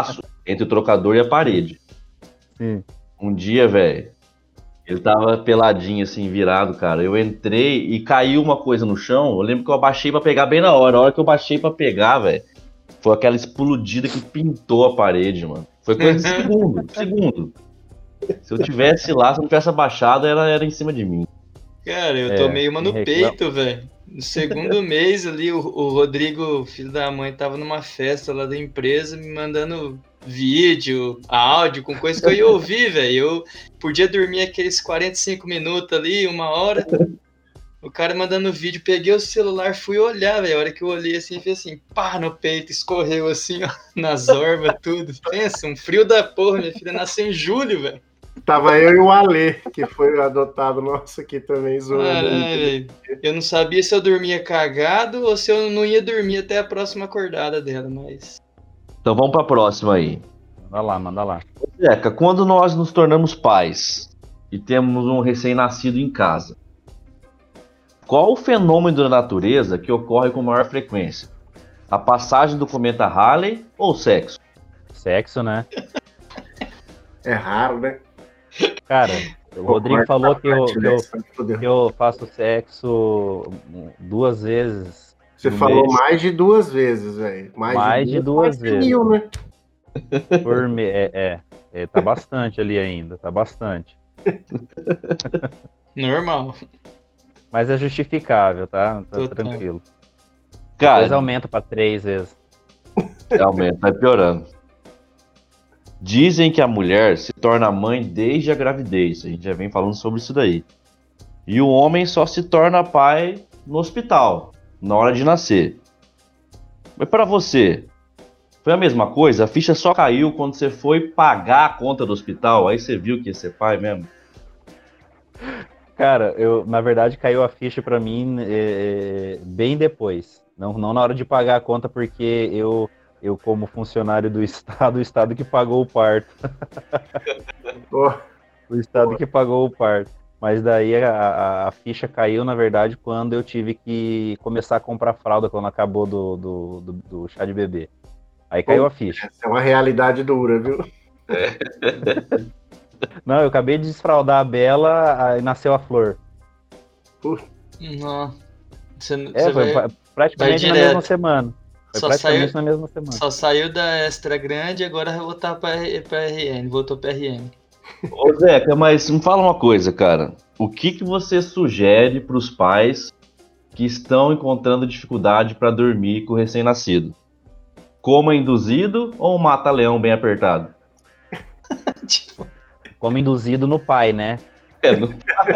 entre o trocador e a parede. Sim. Um dia, velho, ele tava peladinho, assim, virado, cara. Eu entrei e caiu uma coisa no chão. Eu lembro que eu abaixei pra pegar bem na hora. A hora que eu baixei pra pegar, velho, foi aquela explodida que pintou a parede, mano. Foi coisa de segundo, segundo. Se eu tivesse lá, se eu não tivesse abaixado, ela era em cima de mim. Cara, eu É, tomei uma no quem reclama- peito, velho. No segundo mês ali, o, o Rodrigo, filho da mãe, tava numa festa lá da empresa, me mandando vídeo, áudio, com coisa que eu ia ouvir, velho. Eu podia dormir aqueles quarenta e cinco minutos ali, uma hora. O cara mandando vídeo, peguei o celular, fui olhar, velho. A hora que eu olhei assim, fez assim, pá, no peito, escorreu assim, ó, nas orbas, tudo. Pensa, um frio da porra, minha filha nasceu em julho, velho. Tava eu e o Ale, que foi adotado nosso aqui também, zoando. Caralho, velho. Eu não sabia se eu dormia cagado ou se eu não ia dormir até a próxima acordada dela, mas. Então vamos pra próxima aí. Manda lá, manda lá. Zeca, quando nós nos tornamos pais e temos um recém-nascido em casa, qual o fenômeno da natureza que ocorre com maior frequência? A passagem do cometa Halley ou sexo? Sexo, né? É raro, né? Cara, o Rodrigo falou que eu, que, eu, Fudeu. que eu faço sexo duas vezes. Você no falou mês mais de duas vezes, velho. Mais, Mais de duas mais de vezes. mil, né? por mês. É, é, é, tá bastante ali ainda, tá bastante. Normal. Mas é justificável, tá? Tá Total. tranquilo. Depois Cara, aumenta pra três vezes. realmente, vai piorando. Dizem que a mulher se torna mãe desde a gravidez. A gente já vem falando sobre isso daí. E o homem só se torna pai no hospital, na hora de nascer. Mas pra você, foi a mesma coisa? A ficha só caiu quando você foi pagar a conta do hospital? Aí você viu que ia ser pai mesmo? Cara, eu, na verdade, caiu a ficha pra mim é, bem depois. Não, não na hora de pagar a conta, porque eu, eu como funcionário do Estado, o Estado que pagou o parto. Pô, O Estado que pagou o parto. Mas daí a, a, a ficha caiu, na verdade, quando eu tive que começar a comprar fralda, quando acabou do, do, do, do chá de bebê. Aí caiu a ficha. essa é uma realidade dura, viu? Não, eu acabei de desfraldar a Bela, aí nasceu a Flor. Não. Você, É, você foi vai, pra- praticamente vai na mesma direto. semana. Foi Só praticamente saiu- na mesma semana. Só saiu da extra grande e agora vai voltar pra, R- pra R N. Voltou pra R N. Ô Zeca, mas me fala uma coisa, cara. O que, que você sugere pros pais que estão encontrando dificuldade pra dormir com o recém-nascido? Coma induzido ou um mata-leão bem apertado? Tipo, Como induzido no pai, né? É, não-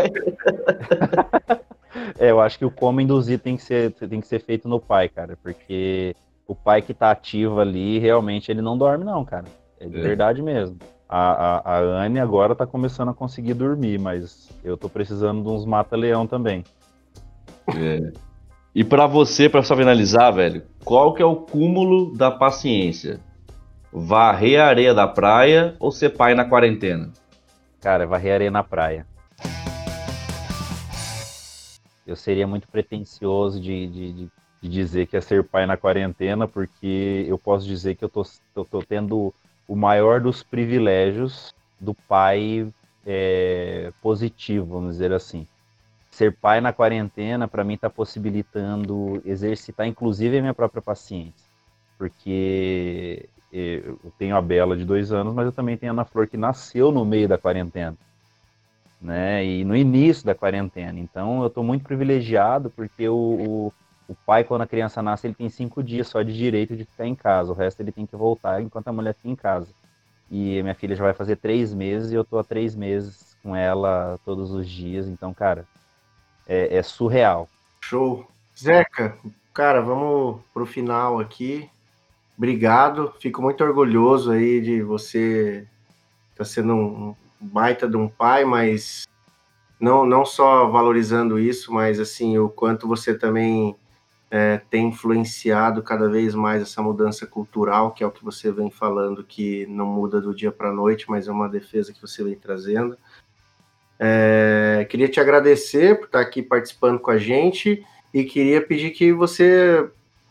É, eu acho que o como induzir tem que ser, tem que ser feito no pai, cara, porque o pai que tá ativo ali, realmente ele não dorme não, cara. É de É. verdade mesmo. A, a, a Anne agora tá começando a conseguir dormir, mas eu tô precisando de uns mata-leão também. é. E pra você, pra só finalizar, velho, qual que é o cúmulo da paciência? Varrer a areia da praia ou ser pai na quarentena? Cara, varrer areia na praia. Eu seria muito pretensioso de, de, de, de dizer que é ser pai na quarentena, porque eu posso dizer que eu tô, eu tô tendo o maior dos privilégios do pai é, positivo, vamos dizer assim. Ser pai na quarentena, para mim, está possibilitando exercitar, inclusive, a minha própria paciência. Porque eu tenho a Bela de dois anos, mas eu também tenho a Ana Flor que nasceu no meio da quarentena, né? E no início da quarentena. Então, eu estou muito privilegiado porque o, o, o pai, quando a criança nasce, ele tem cinco dias só de direito de ficar em casa. O resto ele tem que voltar enquanto a mulher fica em casa. E minha filha já vai fazer três meses e eu estou há três meses com ela todos os dias. Então, cara, é, é surreal. Show. Zeca, cara, vamos pro final aqui. Obrigado. Fico muito orgulhoso aí de você estar sendo um baita de um pai, mas não, não só valorizando isso, mas assim, o quanto você também é, tem influenciado cada vez mais essa mudança cultural, que é o que você vem falando, que não muda do dia para a noite, mas é uma defesa que você vem trazendo. É, queria te agradecer por estar aqui participando com a gente e queria pedir que você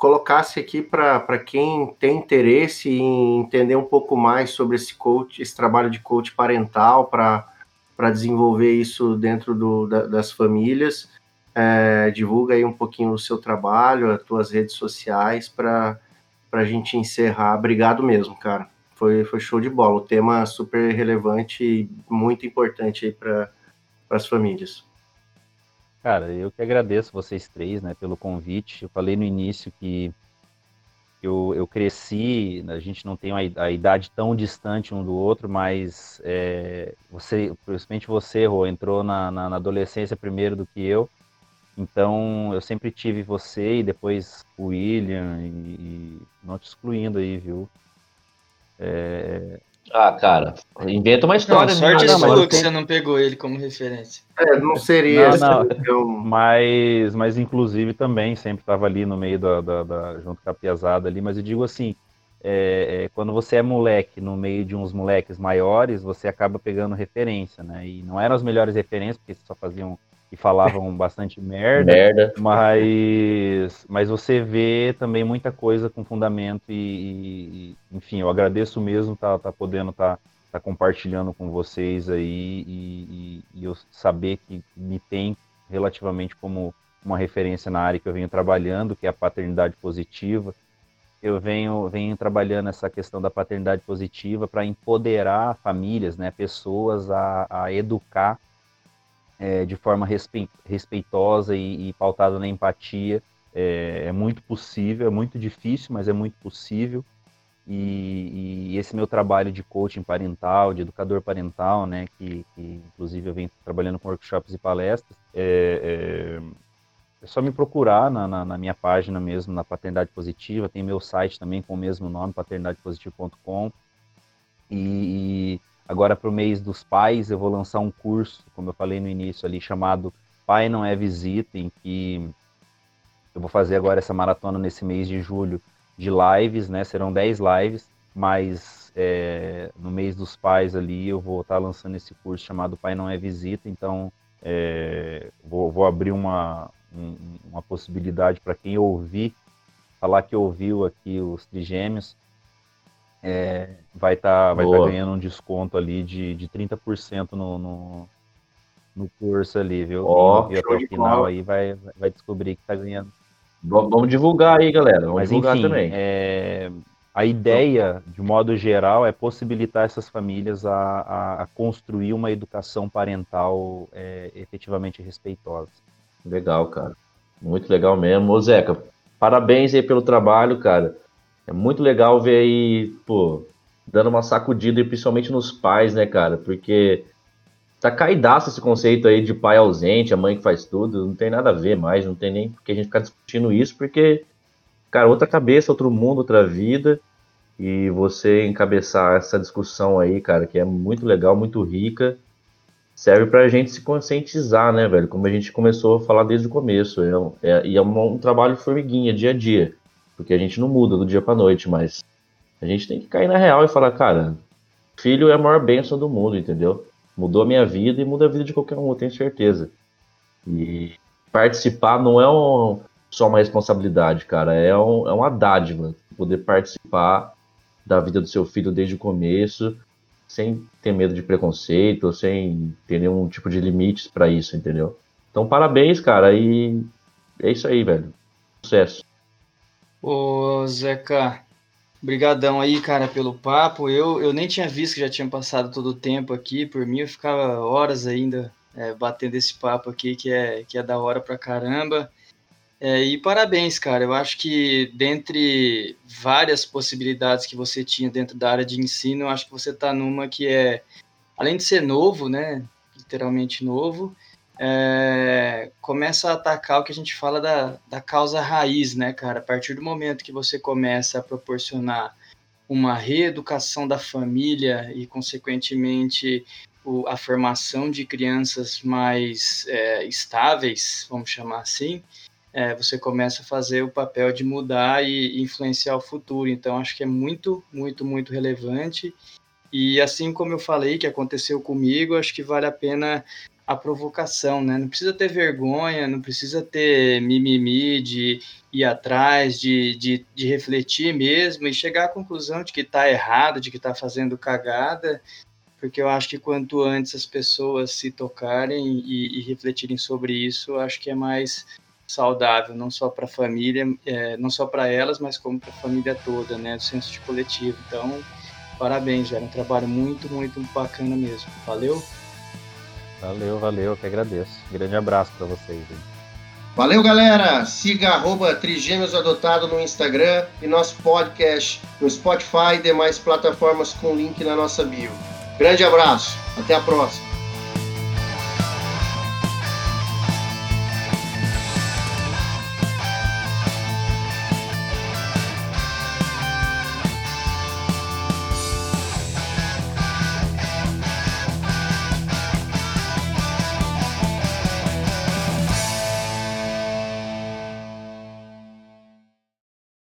colocasse aqui para quem tem interesse em entender um pouco mais sobre esse coach, esse trabalho de coach parental, para desenvolver isso dentro do, da, das famílias. É, divulga aí um pouquinho o seu trabalho, as tuas redes sociais, para a gente encerrar. Obrigado mesmo, cara. Foi, foi show de bola. O tema super relevante e muito importante aí para as famílias. Cara, eu que agradeço vocês três, né, pelo convite. Eu falei no início que eu, eu cresci, a gente não tem uma, a idade tão distante um do outro, mas é, você, principalmente você, Rô, entrou na, na, na adolescência primeiro do que eu. Então, eu sempre tive você e depois o William, e, e não te excluindo aí, viu? É... Ah, cara, inventa uma história. Não, sorte não, sua mas que tem... você não pegou ele como referência. É, não seria Não, assim, não, eu... mas, mas inclusive também sempre estava ali no meio da, da, da, junto com a piazada ali, mas eu digo assim, é, é, quando você é moleque no meio de uns moleques maiores, você acaba pegando referência, né? E não eram as melhores referências, porque só faziam e falavam bastante merda, Merda. mas, mas você vê também muita coisa com fundamento e, e enfim, eu agradeço mesmo tá, tá podendo estar tá, tá compartilhando com vocês aí e, e, e eu saber que me tem relativamente como uma referência na área que eu venho trabalhando, que é a paternidade positiva. Eu venho, venho trabalhando essa questão da paternidade positiva para empoderar famílias, né, pessoas a, a educar é, de forma respeitosa e, e pautada na empatia. É, é muito possível, é muito difícil, mas é muito possível. E, e esse meu trabalho de coaching parental, de educador parental, né, que, que inclusive eu venho trabalhando com workshops e palestras, é, é, é só me procurar na, na, na minha página mesmo, na Paternidade Positiva. Tem meu site também com o mesmo nome, paternidade positiva ponto com. E, e agora para o mês dos pais eu vou lançar um curso, como eu falei no início ali, chamado Pai Não É Visita, em que eu vou fazer agora essa maratona nesse mês de julho de lives, né? Serão dez lives, mas é, no mês dos pais ali eu vou estar lançando esse curso chamado Pai Não É Visita, então é, vou, vou abrir uma, um, uma possibilidade para quem ouvir, falar que ouviu aqui os Trigêmeos, é, vai estar vai tá ganhando um desconto ali de, de trinta por cento no, no, no curso ali, viu? Quem Ó, ouviu até show o de final bola. aí vai, vai descobrir que está ganhando. vamos divulgar aí, galera. Vamos Mas divulgar enfim, também. é, a ideia, de modo geral, é possibilitar essas famílias a, a, a construir uma educação parental é, efetivamente respeitosa. Legal, cara. Muito legal mesmo. Ô, Zeca, parabéns aí pelo trabalho, cara. É muito legal ver aí, pô, dando uma sacudida, e principalmente nos pais, né, cara? Porque tá caidaço esse conceito aí de pai ausente, a mãe que faz tudo. Não tem nada a ver mais, não tem nem porque a gente ficar discutindo isso, porque, cara, outra cabeça, outro mundo, outra vida. E você encabeçar essa discussão aí, cara, que é muito legal, muito rica, serve pra gente se conscientizar, né, velho? Como a gente começou a falar desde o começo. É, um- é, e é um, um trabalho formiguinha, dia a dia. Porque a gente não muda do dia pra noite, mas a gente tem que cair na real e falar, cara, filho é a maior bênção do mundo, entendeu? Mudou a minha vida e muda a vida de qualquer um, eu tenho certeza. E participar não é um- só uma responsabilidade, cara, é, um- é uma dádiva poder participar da vida do seu filho desde o começo, sem ter medo de preconceito, sem ter nenhum tipo de limites pra isso, entendeu? Então, parabéns, cara, e é isso aí, velho. Sucesso. Ô, Zeca, brigadão aí, cara, pelo papo. Eu, eu nem tinha visto que já tinha passado todo o tempo aqui. Por mim, eu ficava horas ainda é, batendo esse papo aqui, que é, que é da hora pra caramba. É, e parabéns, cara. Eu acho que dentre várias possibilidades que você tinha dentro da área de ensino, eu acho que você está numa que é, além de ser novo, né, literalmente novo, é, começa a atacar o que a gente fala da, da causa raiz, né, cara? A partir do momento que você começa a proporcionar uma reeducação da família e, consequentemente, o, a formação de crianças mais é, estáveis, vamos chamar assim, é, você começa a fazer o papel de mudar e influenciar o futuro. Então, acho que é muito, muito, muito relevante. E assim como eu falei que aconteceu comigo, acho que vale a pena a provocação, né? Não precisa ter vergonha, não precisa ter mimimi de ir atrás, de, de, de refletir mesmo e chegar à conclusão de que está errado, de que está fazendo cagada, porque eu acho que quanto antes as pessoas se tocarem e, e refletirem sobre isso, eu acho que é mais saudável, não só para a família, é, não só para elas, mas como para a família toda, né? Do senso de coletivo. Então, parabéns, era um trabalho muito, muito bacana mesmo. Valeu? Valeu, valeu, eu que agradeço. Grande abraço para vocês. Hein? Valeu, galera! Siga arroba Trigêmeos Adotado no Instagram e nosso podcast no Spotify e demais plataformas com link na nossa bio. Grande abraço, até a próxima!